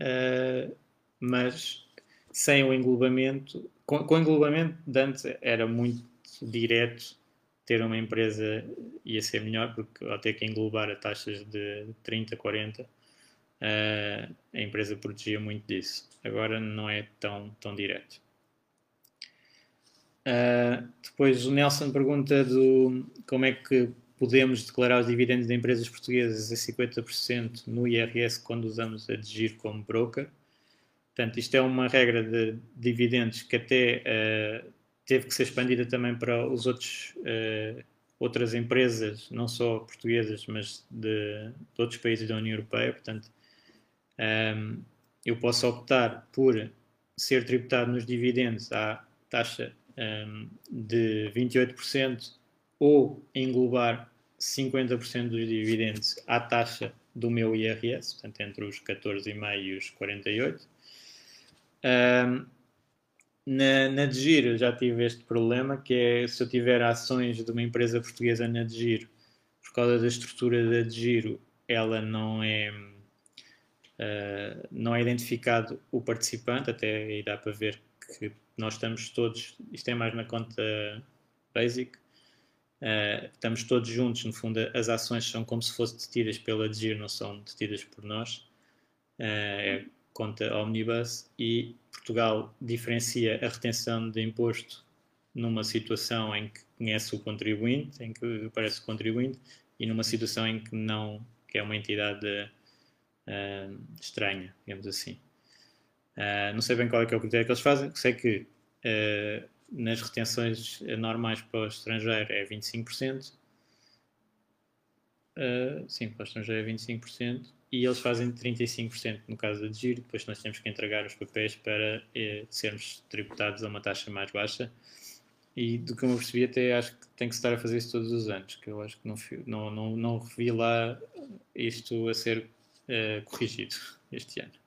[SPEAKER 1] mas sem o englobamento, com o englobamento de antes era muito direto, ter uma empresa ia ser melhor, porque ao ter que englobar a taxas de 30%, 40%, a empresa protegia muito disso. Agora não é tão direto. Depois o Nelson pergunta como é que podemos declarar os dividendos de empresas portuguesas a 50% no IRS quando usamos a DGIR como broker. Portanto, isto é uma regra de dividendos que até teve que ser expandida também para os outras empresas, não só portuguesas, mas de outros países da União Europeia. Portanto, eu posso optar por ser tributado nos dividendos à taxa de 28% ou englobar 50% dos dividendos à taxa do meu IRS, portanto entre os 14,5% e os 48%. Na DGIR eu já tive este problema, que é se eu tiver ações de uma empresa portuguesa na DGIR, por causa da estrutura da DGIR, ela não é identificado o participante, até aí dá para ver que nós estamos todos, isto é mais na conta basic, estamos todos juntos, no fundo as ações são como se fossem detidas pela DGIR, não são detidas por nós, é conta Omnibus, e Portugal diferencia a retenção de imposto numa situação em que conhece o contribuinte, em que aparece o contribuinte, e numa situação em que não, que é uma entidade estranha, digamos assim. Não sei bem qual é que é o critério que eles fazem, sei que nas retenções normais para o estrangeiro é 25%, sim, para o estrangeiro é 25%, e eles fazem 35% no caso da DGIR, depois nós temos que entregar os papéis para sermos tributados a uma taxa mais baixa, e do que eu me percebi até acho que tem que estar a fazer isso todos os anos, que eu acho que não revi lá isto a ser corrigido este ano.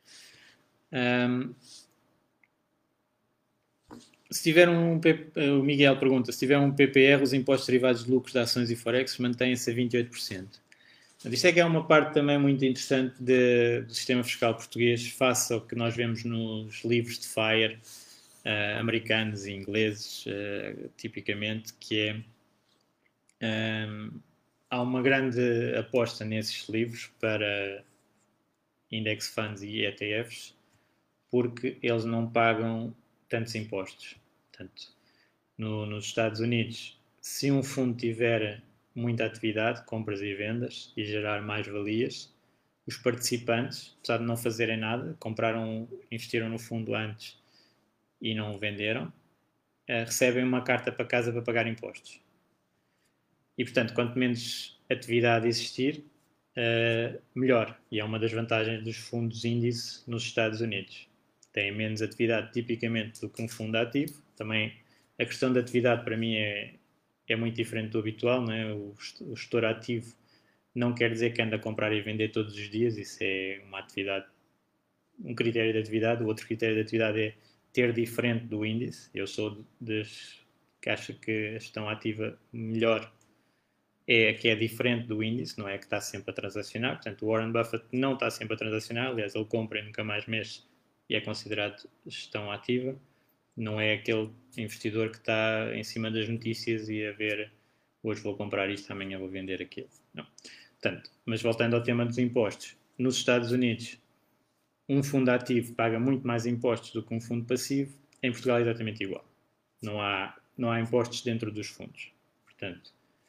[SPEAKER 1] Se tiver o Miguel pergunta, se tiver um PPR, os impostos derivados de lucros de ações e forex mantêm-se a 28%. Isto é que é uma parte também muito interessante do sistema fiscal português, face ao que nós vemos nos livros de FIRE americanos e ingleses, tipicamente, que é há uma grande aposta nesses livros para index funds e ETFs, porque eles não pagam tantos impostos. Portanto, nos Estados Unidos, se um fundo tiver muita atividade, compras e vendas, e gerar mais-valias, os participantes, apesar de não fazerem nada, investiram no fundo antes e não venderam, recebem uma carta para casa para pagar impostos. E, portanto, quanto menos atividade existir, melhor. E é uma das vantagens dos fundos índice nos Estados Unidos. Têm menos atividade, tipicamente, do que um fundo ativo. Também a questão da atividade, para mim, é muito diferente do habitual, não é? O gestor ativo não quer dizer que anda a comprar e vender todos os dias. Isso é uma atividade, um critério de atividade. O outro critério de atividade é ter diferente do índice. Eu sou dos que acha que a gestão ativa melhor é a que é diferente do índice, não é a que está sempre a transacionar. Portanto, o Warren Buffett não está sempre a transacionar. Aliás, ele compra e nunca mais mexe e é considerado gestão ativa. Não é aquele investidor que está em cima das notícias e a ver, hoje vou comprar isto, amanhã vou vender aquilo. Não. Portanto, mas voltando ao tema dos impostos, nos Estados Unidos, um fundo ativo paga muito mais impostos do que um fundo passivo. Em Portugal é exatamente igual. Não há impostos dentro dos fundos. Portanto,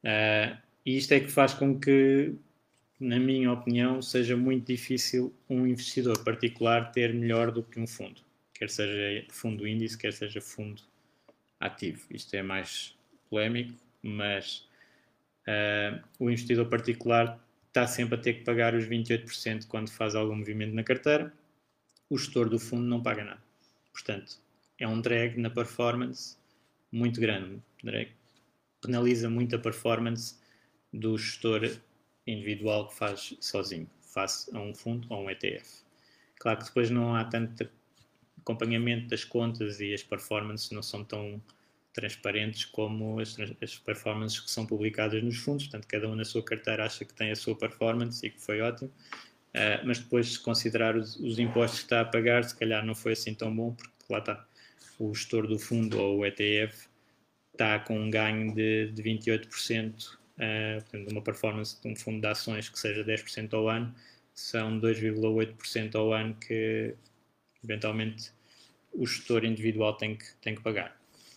[SPEAKER 1] E isto é que faz com que, na minha opinião, seja muito difícil um investidor particular ter melhor do que um fundo, quer seja fundo índice, quer seja fundo ativo. Isto é mais polémico, mas o investidor particular está sempre a ter que pagar os 28% quando faz algum movimento na carteira. O gestor do fundo não paga nada. Portanto, é um drag na performance muito grande. Penaliza muito a performance do gestor individual que faz sozinho, face a um fundo ou um ETF. Claro que depois não há tanto acompanhamento das contas e as performances não são tão transparentes como as performances que são publicadas nos fundos, portanto cada um na sua carteira acha que tem a sua performance e que foi ótimo, mas depois se considerar os impostos que está a pagar, se calhar não foi assim tão bom, porque lá está, o gestor do fundo ou o ETF está com um ganho de 28%, portanto uma performance de um fundo de ações que seja 10% ao ano, são 2,8% ao ano que eventualmente o gestor individual tem que pagar.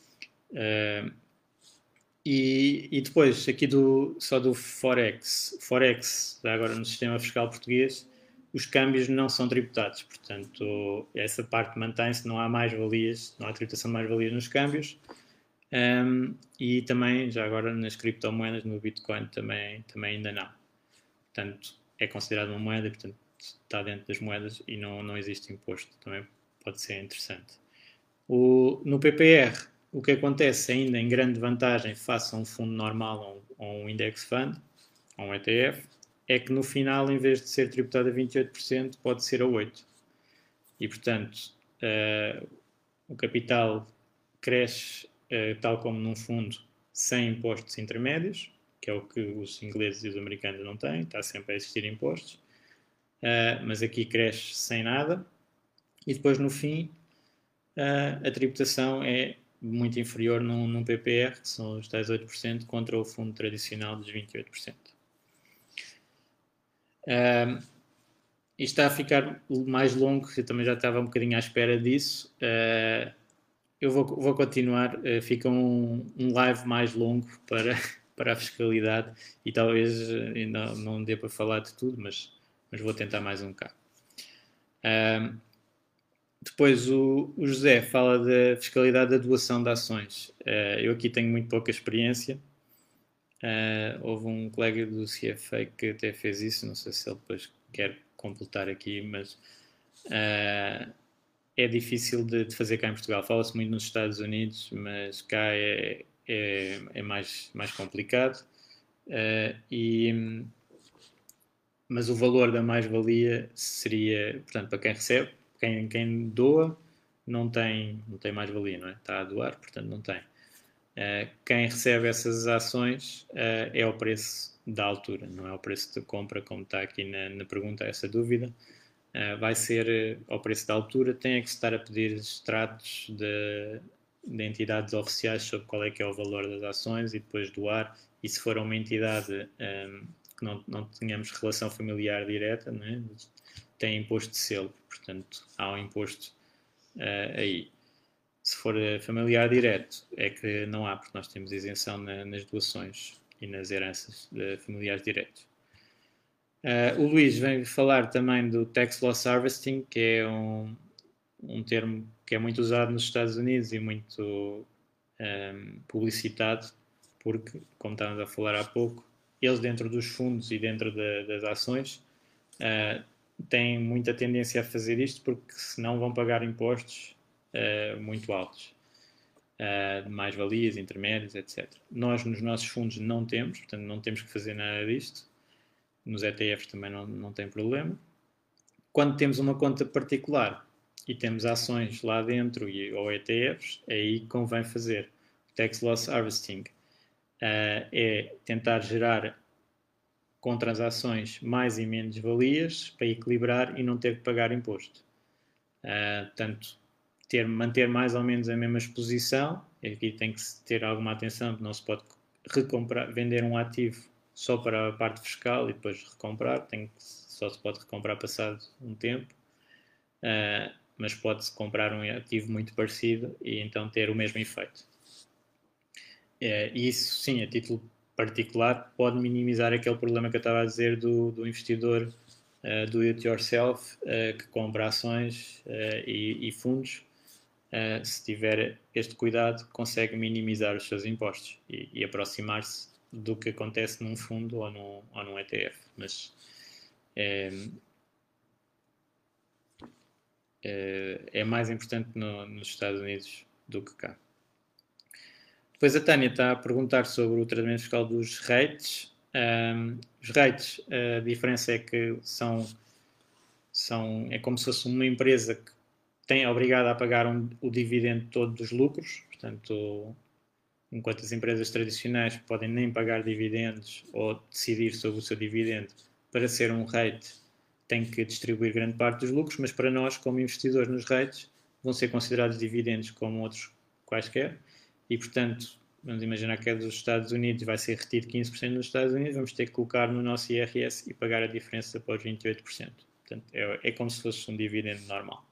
[SPEAKER 1] E depois, aqui só do Forex, agora no sistema fiscal português, os câmbios não são tributados, portanto, essa parte mantém-se, não há mais-valias, não há tributação de mais-valias nos câmbios, e também, já agora, nas criptomoedas, no Bitcoin, também ainda não. Portanto, é considerado uma moeda e, portanto, está dentro das moedas e não existe imposto, também pode ser interessante. No PPR, o que acontece ainda em grande vantagem face a um fundo normal ou um index fund, ou um ETF, é que no final, em vez de ser tributado a 28%, pode ser a 8%. E, portanto, o capital cresce, tal como num fundo, sem impostos intermédios, que é o que os ingleses e os americanos não têm, está sempre a existir impostos, mas aqui cresce sem nada. E depois, no fim, a tributação é muito inferior num PPR, que são os tais 8%, contra o fundo tradicional dos 28%. Isto está a ficar mais longo, eu também já estava um bocadinho à espera disso. Eu vou continuar, fica um live mais longo para a fiscalidade e talvez não dê para falar de tudo, mas vou tentar mais um bocado. Depois o José fala da fiscalidade da doação de ações. Eu aqui tenho muito pouca experiência. Houve um colega do CFA que até fez isso, não sei se ele depois quer completar aqui, mas é difícil de fazer cá em Portugal. Fala-se muito nos Estados Unidos, mas cá é mais complicado. Mas o valor da mais-valia seria, portanto, para quem recebe, quem doa não tem mais-valia, não é? Está a doar, portanto não tem. Quem recebe essas ações é o preço da altura, não é o preço de compra, como está aqui na pergunta, essa dúvida. Vai ser ao preço da altura, tem que estar a pedir extratos de entidades oficiais sobre qual é que é o valor das ações e depois doar. E se for uma entidade que não tenhamos relação familiar direta, não é? Tem imposto de selo, portanto há um imposto aí. Se for familiar direto, é que não há, porque nós temos isenção nas doações e nas heranças de familiares diretos. O Luís vem falar também do Tax Loss Harvesting, que é um termo que é muito usado nos Estados Unidos e muito publicitado, porque, como estávamos a falar há pouco, eles dentro dos fundos e dentro das ações têm muita tendência a fazer isto, porque senão vão pagar impostos muito altos, de mais-valias, intermédios, etc. Nós, nos nossos fundos, não temos, portanto, não temos que fazer nada disto. Nos ETFs também não tem problema. Quando temos uma conta particular e temos ações lá dentro ou ETFs, aí convém fazer o Tax Loss Harvesting. É tentar gerar com transações mais e menos valias para equilibrar e não ter que pagar imposto. Portanto, manter mais ou menos a mesma exposição. Aqui tem que ter alguma atenção, porque não se pode vender um ativo só para a parte fiscal e depois recomprar. Só se pode recomprar passado um tempo. Mas pode-se comprar um ativo muito parecido e então ter o mesmo efeito. E isso, sim, a título particular pode minimizar aquele problema que eu estava a dizer do investidor do it yourself que compra ações e fundos. Se tiver este cuidado, consegue minimizar os seus impostos e aproximar-se do que acontece num fundo ou num ETF. Mas é mais importante nos Estados Unidos do que cá. Depois a Tânia está a perguntar sobre o tratamento fiscal dos REITs. Os REITs, a diferença é que é como se fosse uma empresa que é obrigada a pagar o dividendo todo dos lucros. Portanto, enquanto as empresas tradicionais podem nem pagar dividendos ou decidir sobre o seu dividendo, para ser um REIT tem que distribuir grande parte dos lucros, mas para nós, como investidores nos REITs, vão ser considerados dividendos como outros quaisquer, e portanto, vamos imaginar que é dos Estados Unidos, vai ser retido 15% nos Estados Unidos, vamos ter que colocar no nosso IRS e pagar a diferença para os 28%. Portanto, é como se fosse um dividendo normal.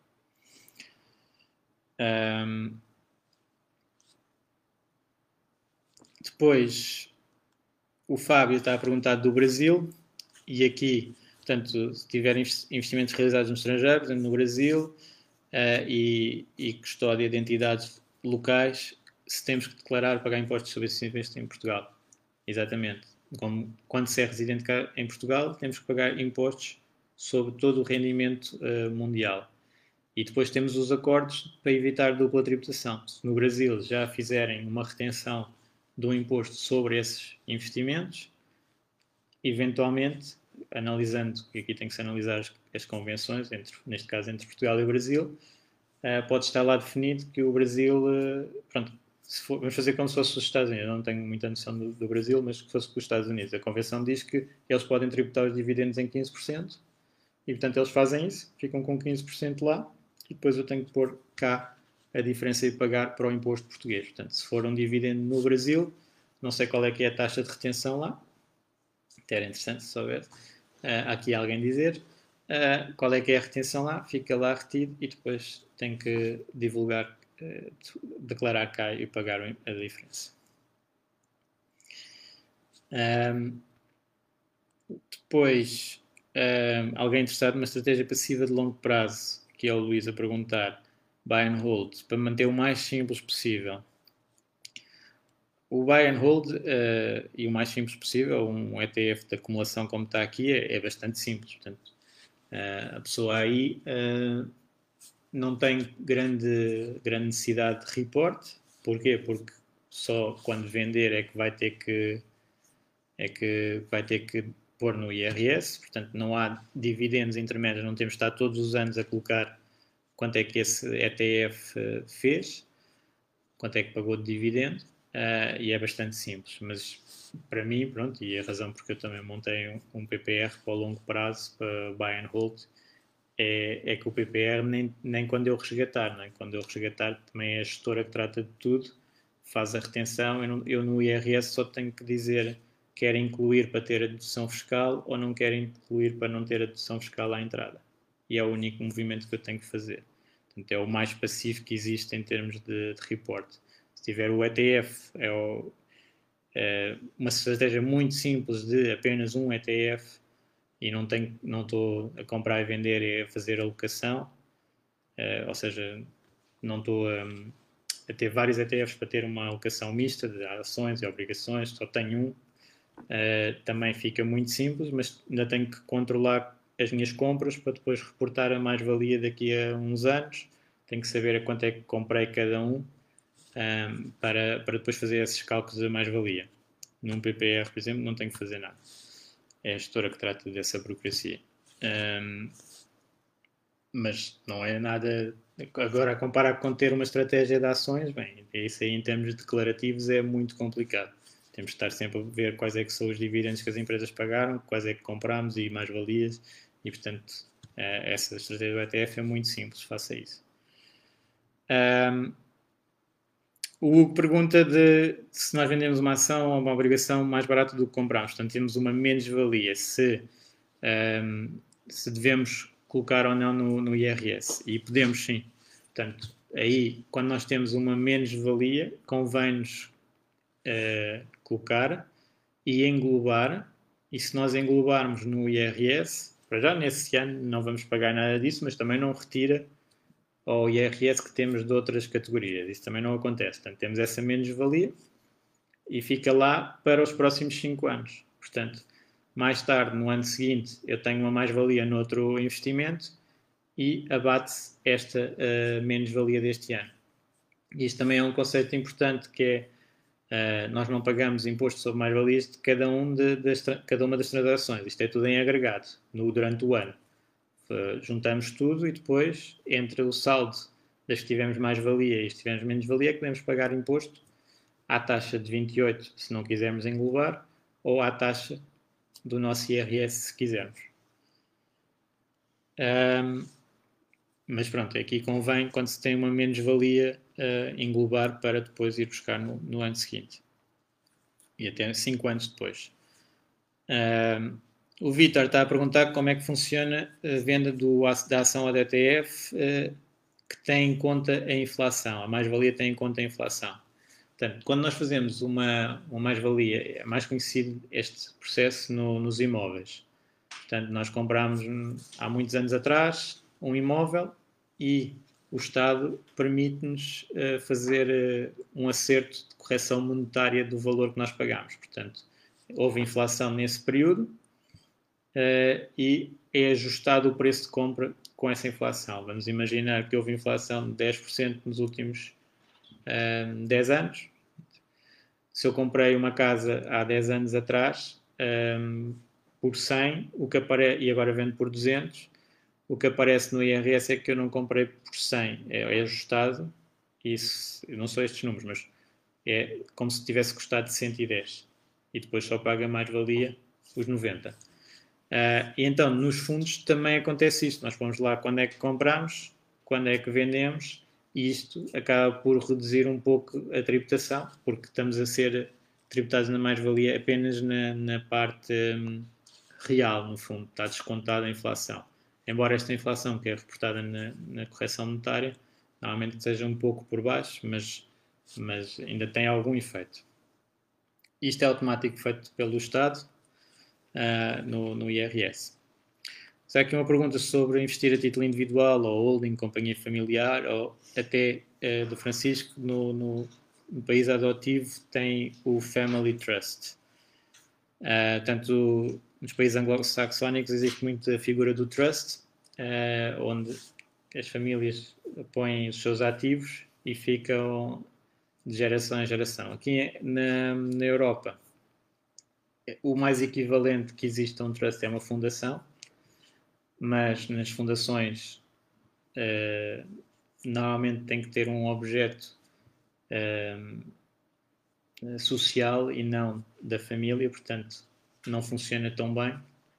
[SPEAKER 1] Depois, o Fábio está a perguntar do Brasil, e aqui, portanto, se tiver investimentos realizados no estrangeiro, portanto, no Brasil, e custódia de entidades locais, se temos que declarar pagar impostos sobre esses investimentos em Portugal. Exatamente. Quando se é residente cá em Portugal, temos que pagar impostos sobre todo o rendimento mundial. E depois temos os acordos para evitar dupla tributação. Se no Brasil já fizerem uma retenção do imposto sobre esses investimentos, eventualmente, analisando, e aqui tem que se analisar as convenções, neste caso entre Portugal e o Brasil, pode estar lá definido que o Brasil, pronto, vamos fazer como se fosse os Estados Unidos, eu não tenho muita noção do Brasil, mas que fosse com os Estados Unidos. A convenção diz que eles podem tributar os dividendos em 15%, e portanto eles fazem isso, ficam com 15% lá, e depois eu tenho que pôr cá a diferença e pagar para o imposto português. Portanto, se for um dividendo no Brasil, não sei qual é que é a taxa de retenção lá, até era interessante se soubesse, aqui alguém dizer, qual é que é a retenção lá, fica lá retido e depois tem que divulgar, declarar cá e pagar a diferença. Depois, alguém interessado numa estratégia passiva de longo prazo, que é o Luís a perguntar, buy and hold, para manter o mais simples possível. O buy and hold e o mais simples possível, um ETF de acumulação como está aqui, é bastante simples. Portanto, a pessoa aí não tem grande necessidade de report. Porquê? Porque só quando vender é que vai ter que pôr no IRS. Portanto, não há dividendos intermédios, não temos de estar todos os anos a colocar quanto é que esse ETF fez, quanto é que pagou de dividendo. E é bastante simples, mas para mim, pronto, e a razão porque eu também montei um PPR para o longo prazo, para buy and hold, é que o PPR nem quando eu resgatar, não é? Quando eu resgatar também é a gestora que trata de tudo, faz a retenção, eu no IRS só tenho que dizer quer incluir para ter a dedução fiscal ou não quer incluir para não ter a dedução fiscal à entrada, e é o único movimento que eu tenho que fazer. Portanto, é o mais passivo que existe em termos de report. Se tiver o ETF, uma estratégia muito simples de apenas um ETF e não estou a comprar e vender e a fazer alocação, ou seja, não estou a ter vários ETFs para ter uma alocação mista de ações e obrigações, só tenho um, também fica muito simples, mas ainda tenho que controlar as minhas compras para depois reportar a mais-valia daqui a uns anos, tenho que saber a quanto é que comprei cada um, para depois fazer esses cálculos da mais-valia. Num PPR, por exemplo, não tenho que fazer nada. É a gestora que trata dessa burocracia. Mas não é nada... Agora, a comparar com ter uma estratégia de ações, bem, isso aí em termos declarativos é muito complicado. Temos de estar sempre a ver quais é que são os dividendos que as empresas pagaram, quais é que compramos e mais-valias, e portanto, essa estratégia do ETF é muito simples, faça isso. O Hugo pergunta se nós vendemos uma ação ou uma obrigação mais barata do que compramos. Portanto, temos uma menos-valia. Se devemos colocar ou não no IRS. E podemos sim. Portanto, aí, quando nós temos uma menos-valia, convém-nos colocar. e englobar, e se nós englobarmos no IRS, para já nesse ano não vamos pagar nada disso, mas também não retira ao IRS que temos de outras categorias. Isso também não acontece. Portanto, temos essa menos-valia e fica lá para os próximos 5 anos. Portanto, mais tarde, no ano seguinte, eu tenho uma mais-valia noutro investimento e abate-se esta menos-valia deste ano. E isto também é um conceito importante, que é nós não pagamos imposto sobre mais-valias de cada uma das transações. Isto é tudo em agregado, durante o ano. Juntamos tudo e depois, entre o saldo das que tivemos mais-valia e as que tivemos menos-valia, é que devemos pagar imposto à taxa de 28, se não quisermos englobar, ou à taxa do nosso IRS, se quisermos. Mas pronto, aqui convém, quando se tem uma menos-valia, englobar para depois ir buscar no ano seguinte. E até 5 anos depois. O Vítor está a perguntar como é que funciona a venda da ação ADTF que tem em conta a inflação. A mais-valia tem em conta a inflação. Portanto, quando nós fazemos uma mais-valia, é mais conhecido este processo nos imóveis. Portanto, nós comprámos há muitos anos atrás um imóvel e o Estado permite-nos fazer um acerto de correção monetária do valor que nós pagamos. Portanto, houve inflação nesse período e é ajustado o preço de compra com essa inflação. Vamos imaginar que houve inflação de 10% nos últimos 10 anos. Se eu comprei uma casa há 10 anos atrás por 100 e agora vendo por 200, o que aparece no IRS é que eu não comprei por 100, é ajustado, isso, não são estes números, mas é como se tivesse custado de 110 e depois só paga mais-valia os 90. E então, nos fundos também acontece isto. Nós vamos lá quando é que compramos, quando é que vendemos, e isto acaba por reduzir um pouco a tributação, porque estamos a ser tributados na mais-valia apenas na parte real, no fundo, está descontada a inflação. Embora esta inflação, que é reportada na correção monetária, normalmente seja um pouco por baixo, mas ainda tem algum efeito. Isto é automático, feito pelo Estado no IRS. Se há aqui uma pergunta sobre investir a título individual ou holding, companhia familiar, ou até do Francisco, no país adotivo tem o Family Trust. Tanto nos países anglo-saxónicos existe muito a figura do trust, onde as famílias põem os seus ativos e ficam de geração em geração. Aqui na Europa, o mais equivalente que existe a um trust é uma fundação, mas nas fundações normalmente tem que ter um objeto social e não da família, portanto não funciona tão bem.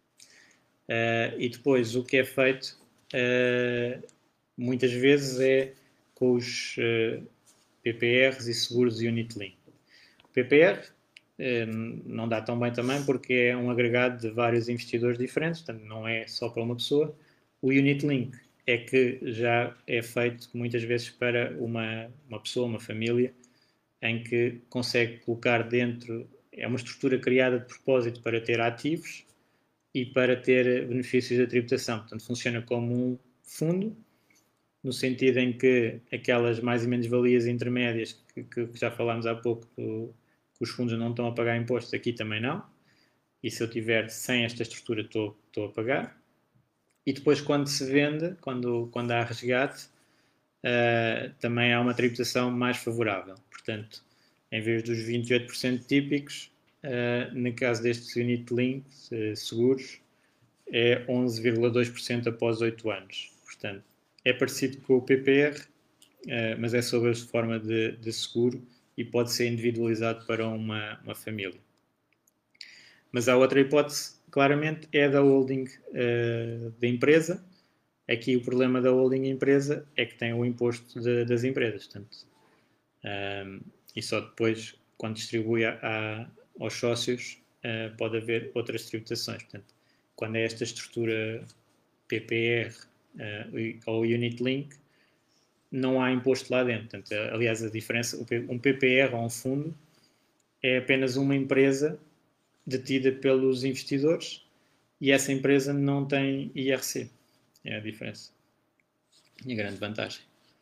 [SPEAKER 1] E depois o que é feito muitas vezes é com os PPRs e seguros Unit-Link. O PPR não dá tão bem também porque é um agregado de vários investidores diferentes, portanto não é só para uma pessoa. O Unit-Link é que já é feito muitas vezes para uma pessoa, uma família, em que consegue colocar dentro, é uma estrutura criada de propósito para ter ativos e para ter benefícios da tributação. Portanto, funciona como um fundo, no sentido em que aquelas mais e menos valias intermédias que já falámos há pouco, que os fundos não estão a pagar impostos, aqui também não. E se eu tiver sem esta estrutura, estou a pagar. E depois, quando se vende, quando há resgate, também há uma tributação mais favorável. Portanto, em vez dos 28% típicos, no caso destes Unit-Link seguros, é 11,2% após 8 anos. Portanto, é parecido com o PPR, mas é sob a forma de seguro e pode ser individualizado para uma família. Mas há outra hipótese, claramente, é da holding da empresa. Aqui o problema da holding empresa é que tem o imposto das empresas. Portanto, e só depois, quando distribui aos sócios, pode haver outras tributações. Portanto, quando é esta estrutura PPR ou Unit-Link, não há imposto lá dentro. Portanto, aliás, a diferença, um PPR ou um fundo é apenas uma empresa detida pelos investidores e essa empresa não tem IRC. É a diferença. E a grande vantagem.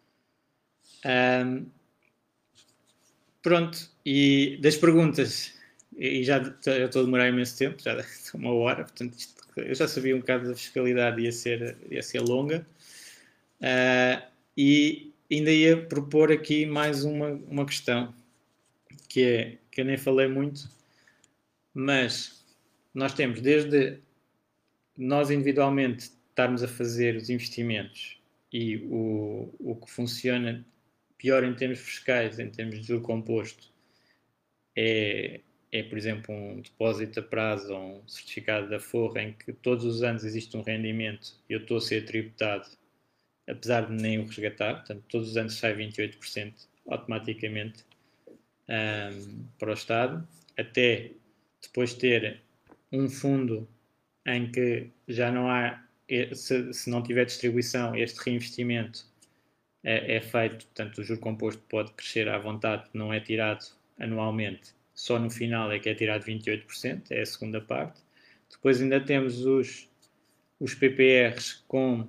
[SPEAKER 1] Pronto, e das perguntas, e já estou a demorar imenso tempo, já estou uma hora, portanto eu já sabia um bocado da fiscalidade, ia ser longa, e ainda ia propor aqui mais uma questão, que eu nem falei muito, mas nós temos desde nós individualmente estarmos a fazer os investimentos e o que funciona pior em termos fiscais, em termos de juro composto, é, por exemplo, um depósito a prazo ou um certificado da Forra em que todos os anos existe um rendimento e eu estou a ser tributado, apesar de nem o resgatar, portanto, todos os anos sai 28% automaticamente para o Estado, até depois ter um fundo em que já não há, se não tiver distribuição, este reinvestimento é feito, portanto o juro composto pode crescer à vontade, não é tirado anualmente, só no final é que é tirado 28%, é a segunda parte. Depois ainda temos os PPRs com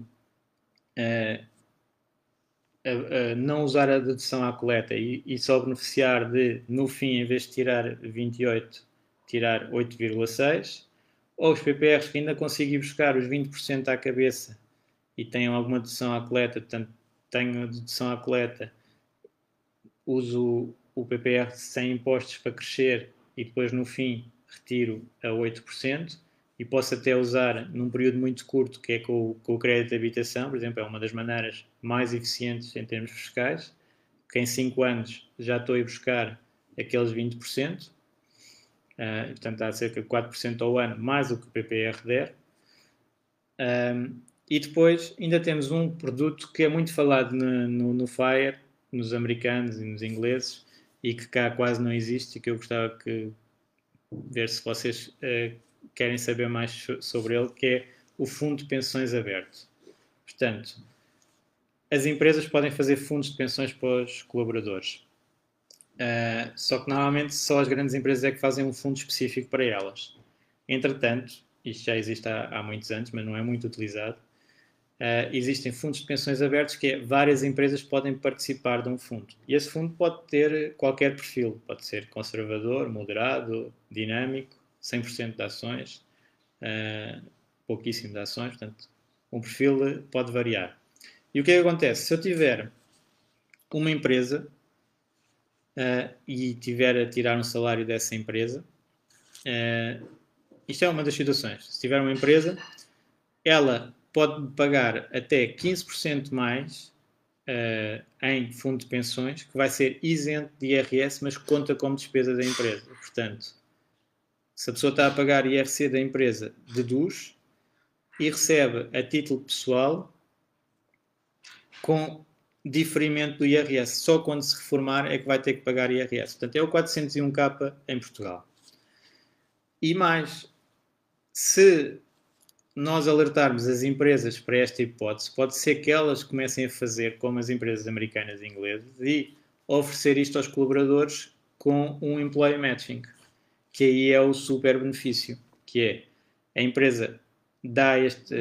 [SPEAKER 1] não usar a dedução à coleta e só beneficiar de, no fim, em vez de tirar 28, tirar 8,6, ou os PPRs que ainda conseguem buscar os 20% à cabeça e tenham alguma dedução à coleta, portanto, tenho a dedução à coleta, uso o PPR sem impostos para crescer e depois, no fim, retiro a 8%, e posso até usar num período muito curto, que é com o crédito de habitação, por exemplo, é uma das maneiras mais eficientes em termos fiscais, que em 5 anos já estou a ir buscar aqueles 20%, portanto dá cerca de 4% ao ano, mais o que o PPR der. E depois ainda temos um produto que é muito falado no FIRE, nos americanos e nos ingleses, e que cá quase não existe, e que eu gostava de ver se vocês querem saber mais sobre ele, que é o Fundo de Pensões Aberto. Portanto, as empresas podem fazer fundos de pensões para os colaboradores. Só que normalmente só as grandes empresas é que fazem um fundo específico para elas. Entretanto, isto já existe há muitos anos, mas não é muito utilizado, existem fundos de pensões abertos que várias empresas podem participar de um fundo. E esse fundo pode ter qualquer perfil, pode ser conservador, moderado, dinâmico, 100% de ações, pouquíssimo de ações, portanto, um perfil pode variar. E o que é que acontece? Se eu tiver uma empresa e tiver a tirar um salário dessa empresa, isto é uma das situações. Se tiver uma empresa, ela pode pagar até 15% mais em fundo de pensões, que vai ser isento de IRS, mas conta como despesa da empresa. Portanto, se a pessoa está a pagar IRC da empresa, deduz e recebe a título pessoal com diferimento do IRS. Só quando se reformar é que vai ter que pagar IRS. Portanto, é o 401k em Portugal. E mais, se nós alertarmos as empresas para esta hipótese, pode ser que elas comecem a fazer como as empresas americanas e inglesas e oferecer isto aos colaboradores com um employee matching, que aí é o super benefício, que é a empresa dá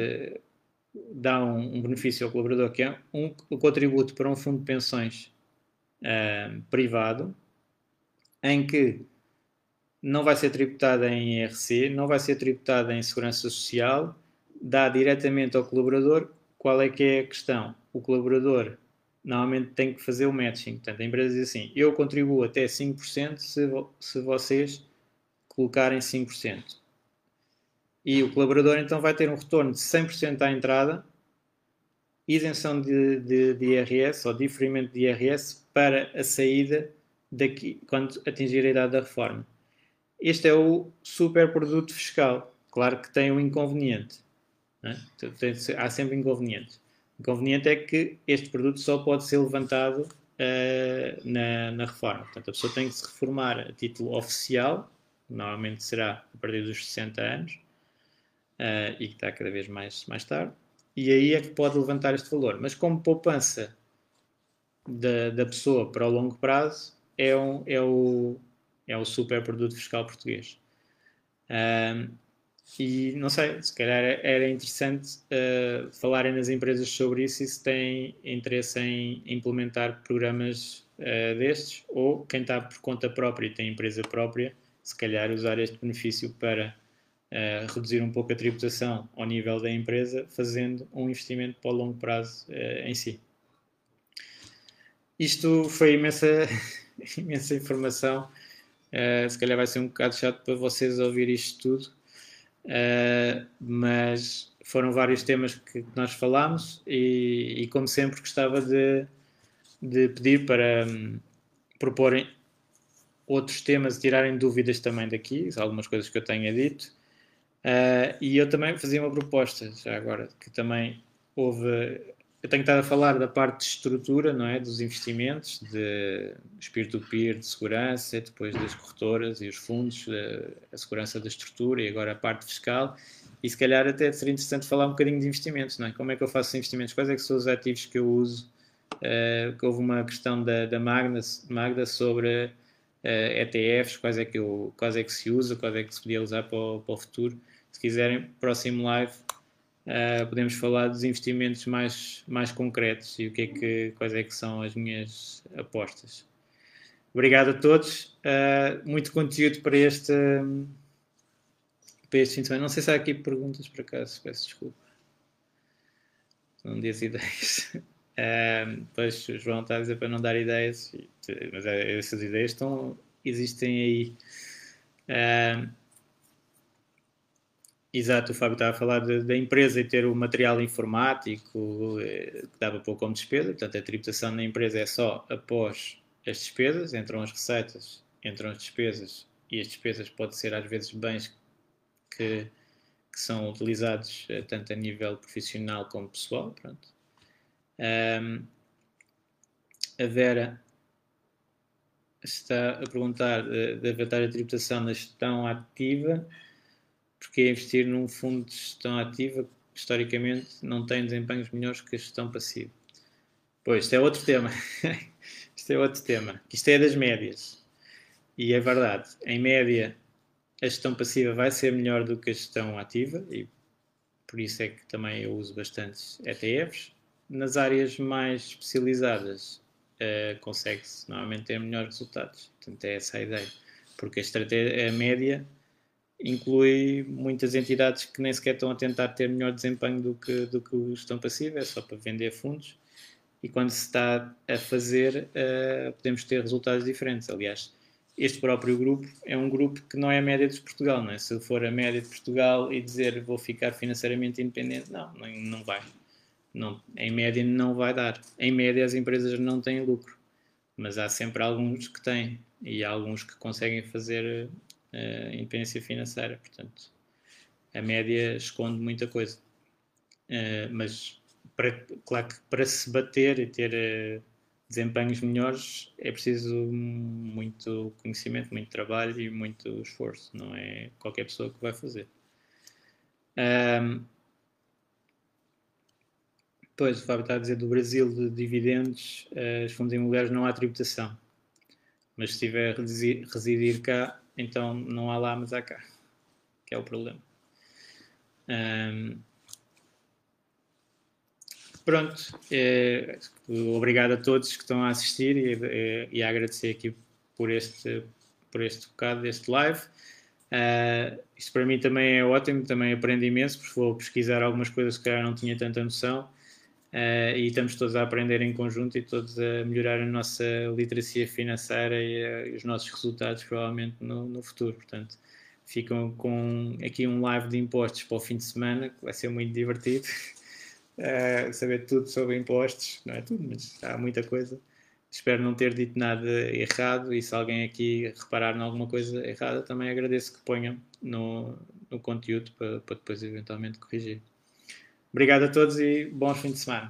[SPEAKER 1] um benefício ao colaborador, que é um contributo para um fundo de pensões privado, em que não vai ser tributada em IRC, não vai ser tributada em Segurança Social, dá diretamente ao colaborador. Qual é que é a questão? O colaborador normalmente tem que fazer o matching. Portanto, a empresa diz assim, eu contribuo até 5% se vocês colocarem 5%. E o colaborador então vai ter um retorno de 100% à entrada, isenção de IRS ou diferimento de IRS para a saída daqui, quando atingir a idade da reforma. Este é o super produto fiscal. Claro que tem um inconveniente. Né? Há sempre inconvenientes. O inconveniente é que este produto só pode ser levantado na reforma. Portanto, a pessoa tem que se reformar a título oficial, normalmente será a partir dos 60 anos, e que está cada vez mais tarde, e aí é que pode levantar este valor. Mas como poupança da pessoa para o longo prazo, é o super produto fiscal português. E não sei, se calhar era interessante falarem nas empresas sobre isso e se têm interesse em implementar programas destes, ou quem está por conta própria e tem empresa própria, se calhar usar este benefício para reduzir um pouco a tributação ao nível da empresa, fazendo um investimento para o longo prazo em si. Isto foi imensa informação. Se calhar vai ser um bocado chato para vocês ouvir isto tudo, mas foram vários temas que nós falámos e como sempre gostava de pedir para proporem outros temas e tirarem dúvidas também daqui, algumas coisas que eu tenha dito, e eu também fazia uma proposta já agora, que também houve. Eu tenho estado a falar da parte de estrutura, não é? Dos investimentos, de peer-to-peer, de segurança, depois das corretoras e os fundos, a segurança da estrutura e agora a parte fiscal. E se calhar até seria interessante falar um bocadinho de investimentos, não é? Como é que eu faço investimentos? Quais é que são os ativos que eu uso? Que houve uma questão da Magda sobre ETFs, quais é que se usa, quais é que se podia usar para o futuro. Se quiserem, próximo live, podemos falar dos investimentos mais concretos e quais é que são as minhas apostas. Obrigado a todos. Muito conteúdo para este fim de semana. Não sei se há aqui perguntas por acaso, peço desculpa. Não diz ideias. Pois o João está a dizer para não dar ideias, mas essas ideias existem aí. Exato, o Fábio estava a falar da empresa e ter o material informático que dava pouco como despesa, portanto a tributação na empresa é só após as despesas, entram as receitas, entram as despesas, e as despesas podem ser às vezes bens que são utilizados tanto a nível profissional como pessoal. Pronto. A Vera está a perguntar da vantagem da tributação na gestão ativa, porque investir num fundo de gestão ativa, historicamente, não tem desempenhos melhores que a gestão passiva. Pois, isto é outro tema. Isto é das médias. E é verdade. Em média, a gestão passiva vai ser melhor do que a gestão ativa, e por isso é que também eu uso bastantes ETFs. Nas áreas mais especializadas, consegue-se normalmente ter melhores resultados. Portanto, é essa a ideia. Porque a média inclui muitas entidades que nem sequer estão a tentar ter melhor desempenho do que a gestão passiva, é só para vender fundos, e quando se está a fazer podemos ter resultados diferentes. Aliás, este próprio grupo é um grupo que não é a média de Portugal, não é? Se for a média de Portugal e dizer vou ficar financeiramente independente, não vai. Não, em média não vai dar. Em média as empresas não têm lucro, mas há sempre alguns que têm, e há alguns que conseguem fazer independência financeira. Portanto, a média esconde muita coisa, mas claro que para se bater e ter desempenhos melhores é preciso muito conhecimento, muito trabalho e muito esforço. Não é qualquer pessoa que vai fazer. Pois, o Fábio está a dizer do Brasil de dividendos, os fundos imobiliários não há tributação, mas se estiver a residir cá, então não há lá, mas há cá, que é o problema. Pronto, obrigado a todos que estão a assistir e a agradecer aqui por este bocado deste live. Isto para mim também é ótimo, também aprendo imenso, porque vou pesquisar algumas coisas que eu não tinha tanta noção, e estamos todos a aprender em conjunto e todos a melhorar a nossa literacia financeira e os nossos resultados provavelmente no futuro. Portanto, ficam com aqui um live de impostos para o fim de semana, que vai ser muito divertido. Saber tudo sobre impostos, não é tudo, mas há muita coisa. Espero não ter dito nada errado, e se alguém aqui reparar em alguma coisa errada, também agradeço que ponham no conteúdo para depois eventualmente corrigir. Obrigado a todos e bom fim de semana.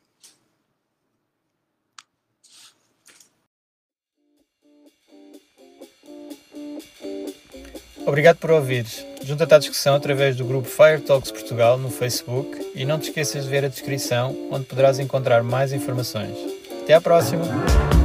[SPEAKER 3] Obrigado por ouvires. Junta-te à discussão através do grupo Fire Talks Portugal no Facebook e não te esqueças de ver a descrição, onde poderás encontrar mais informações. Até à próxima!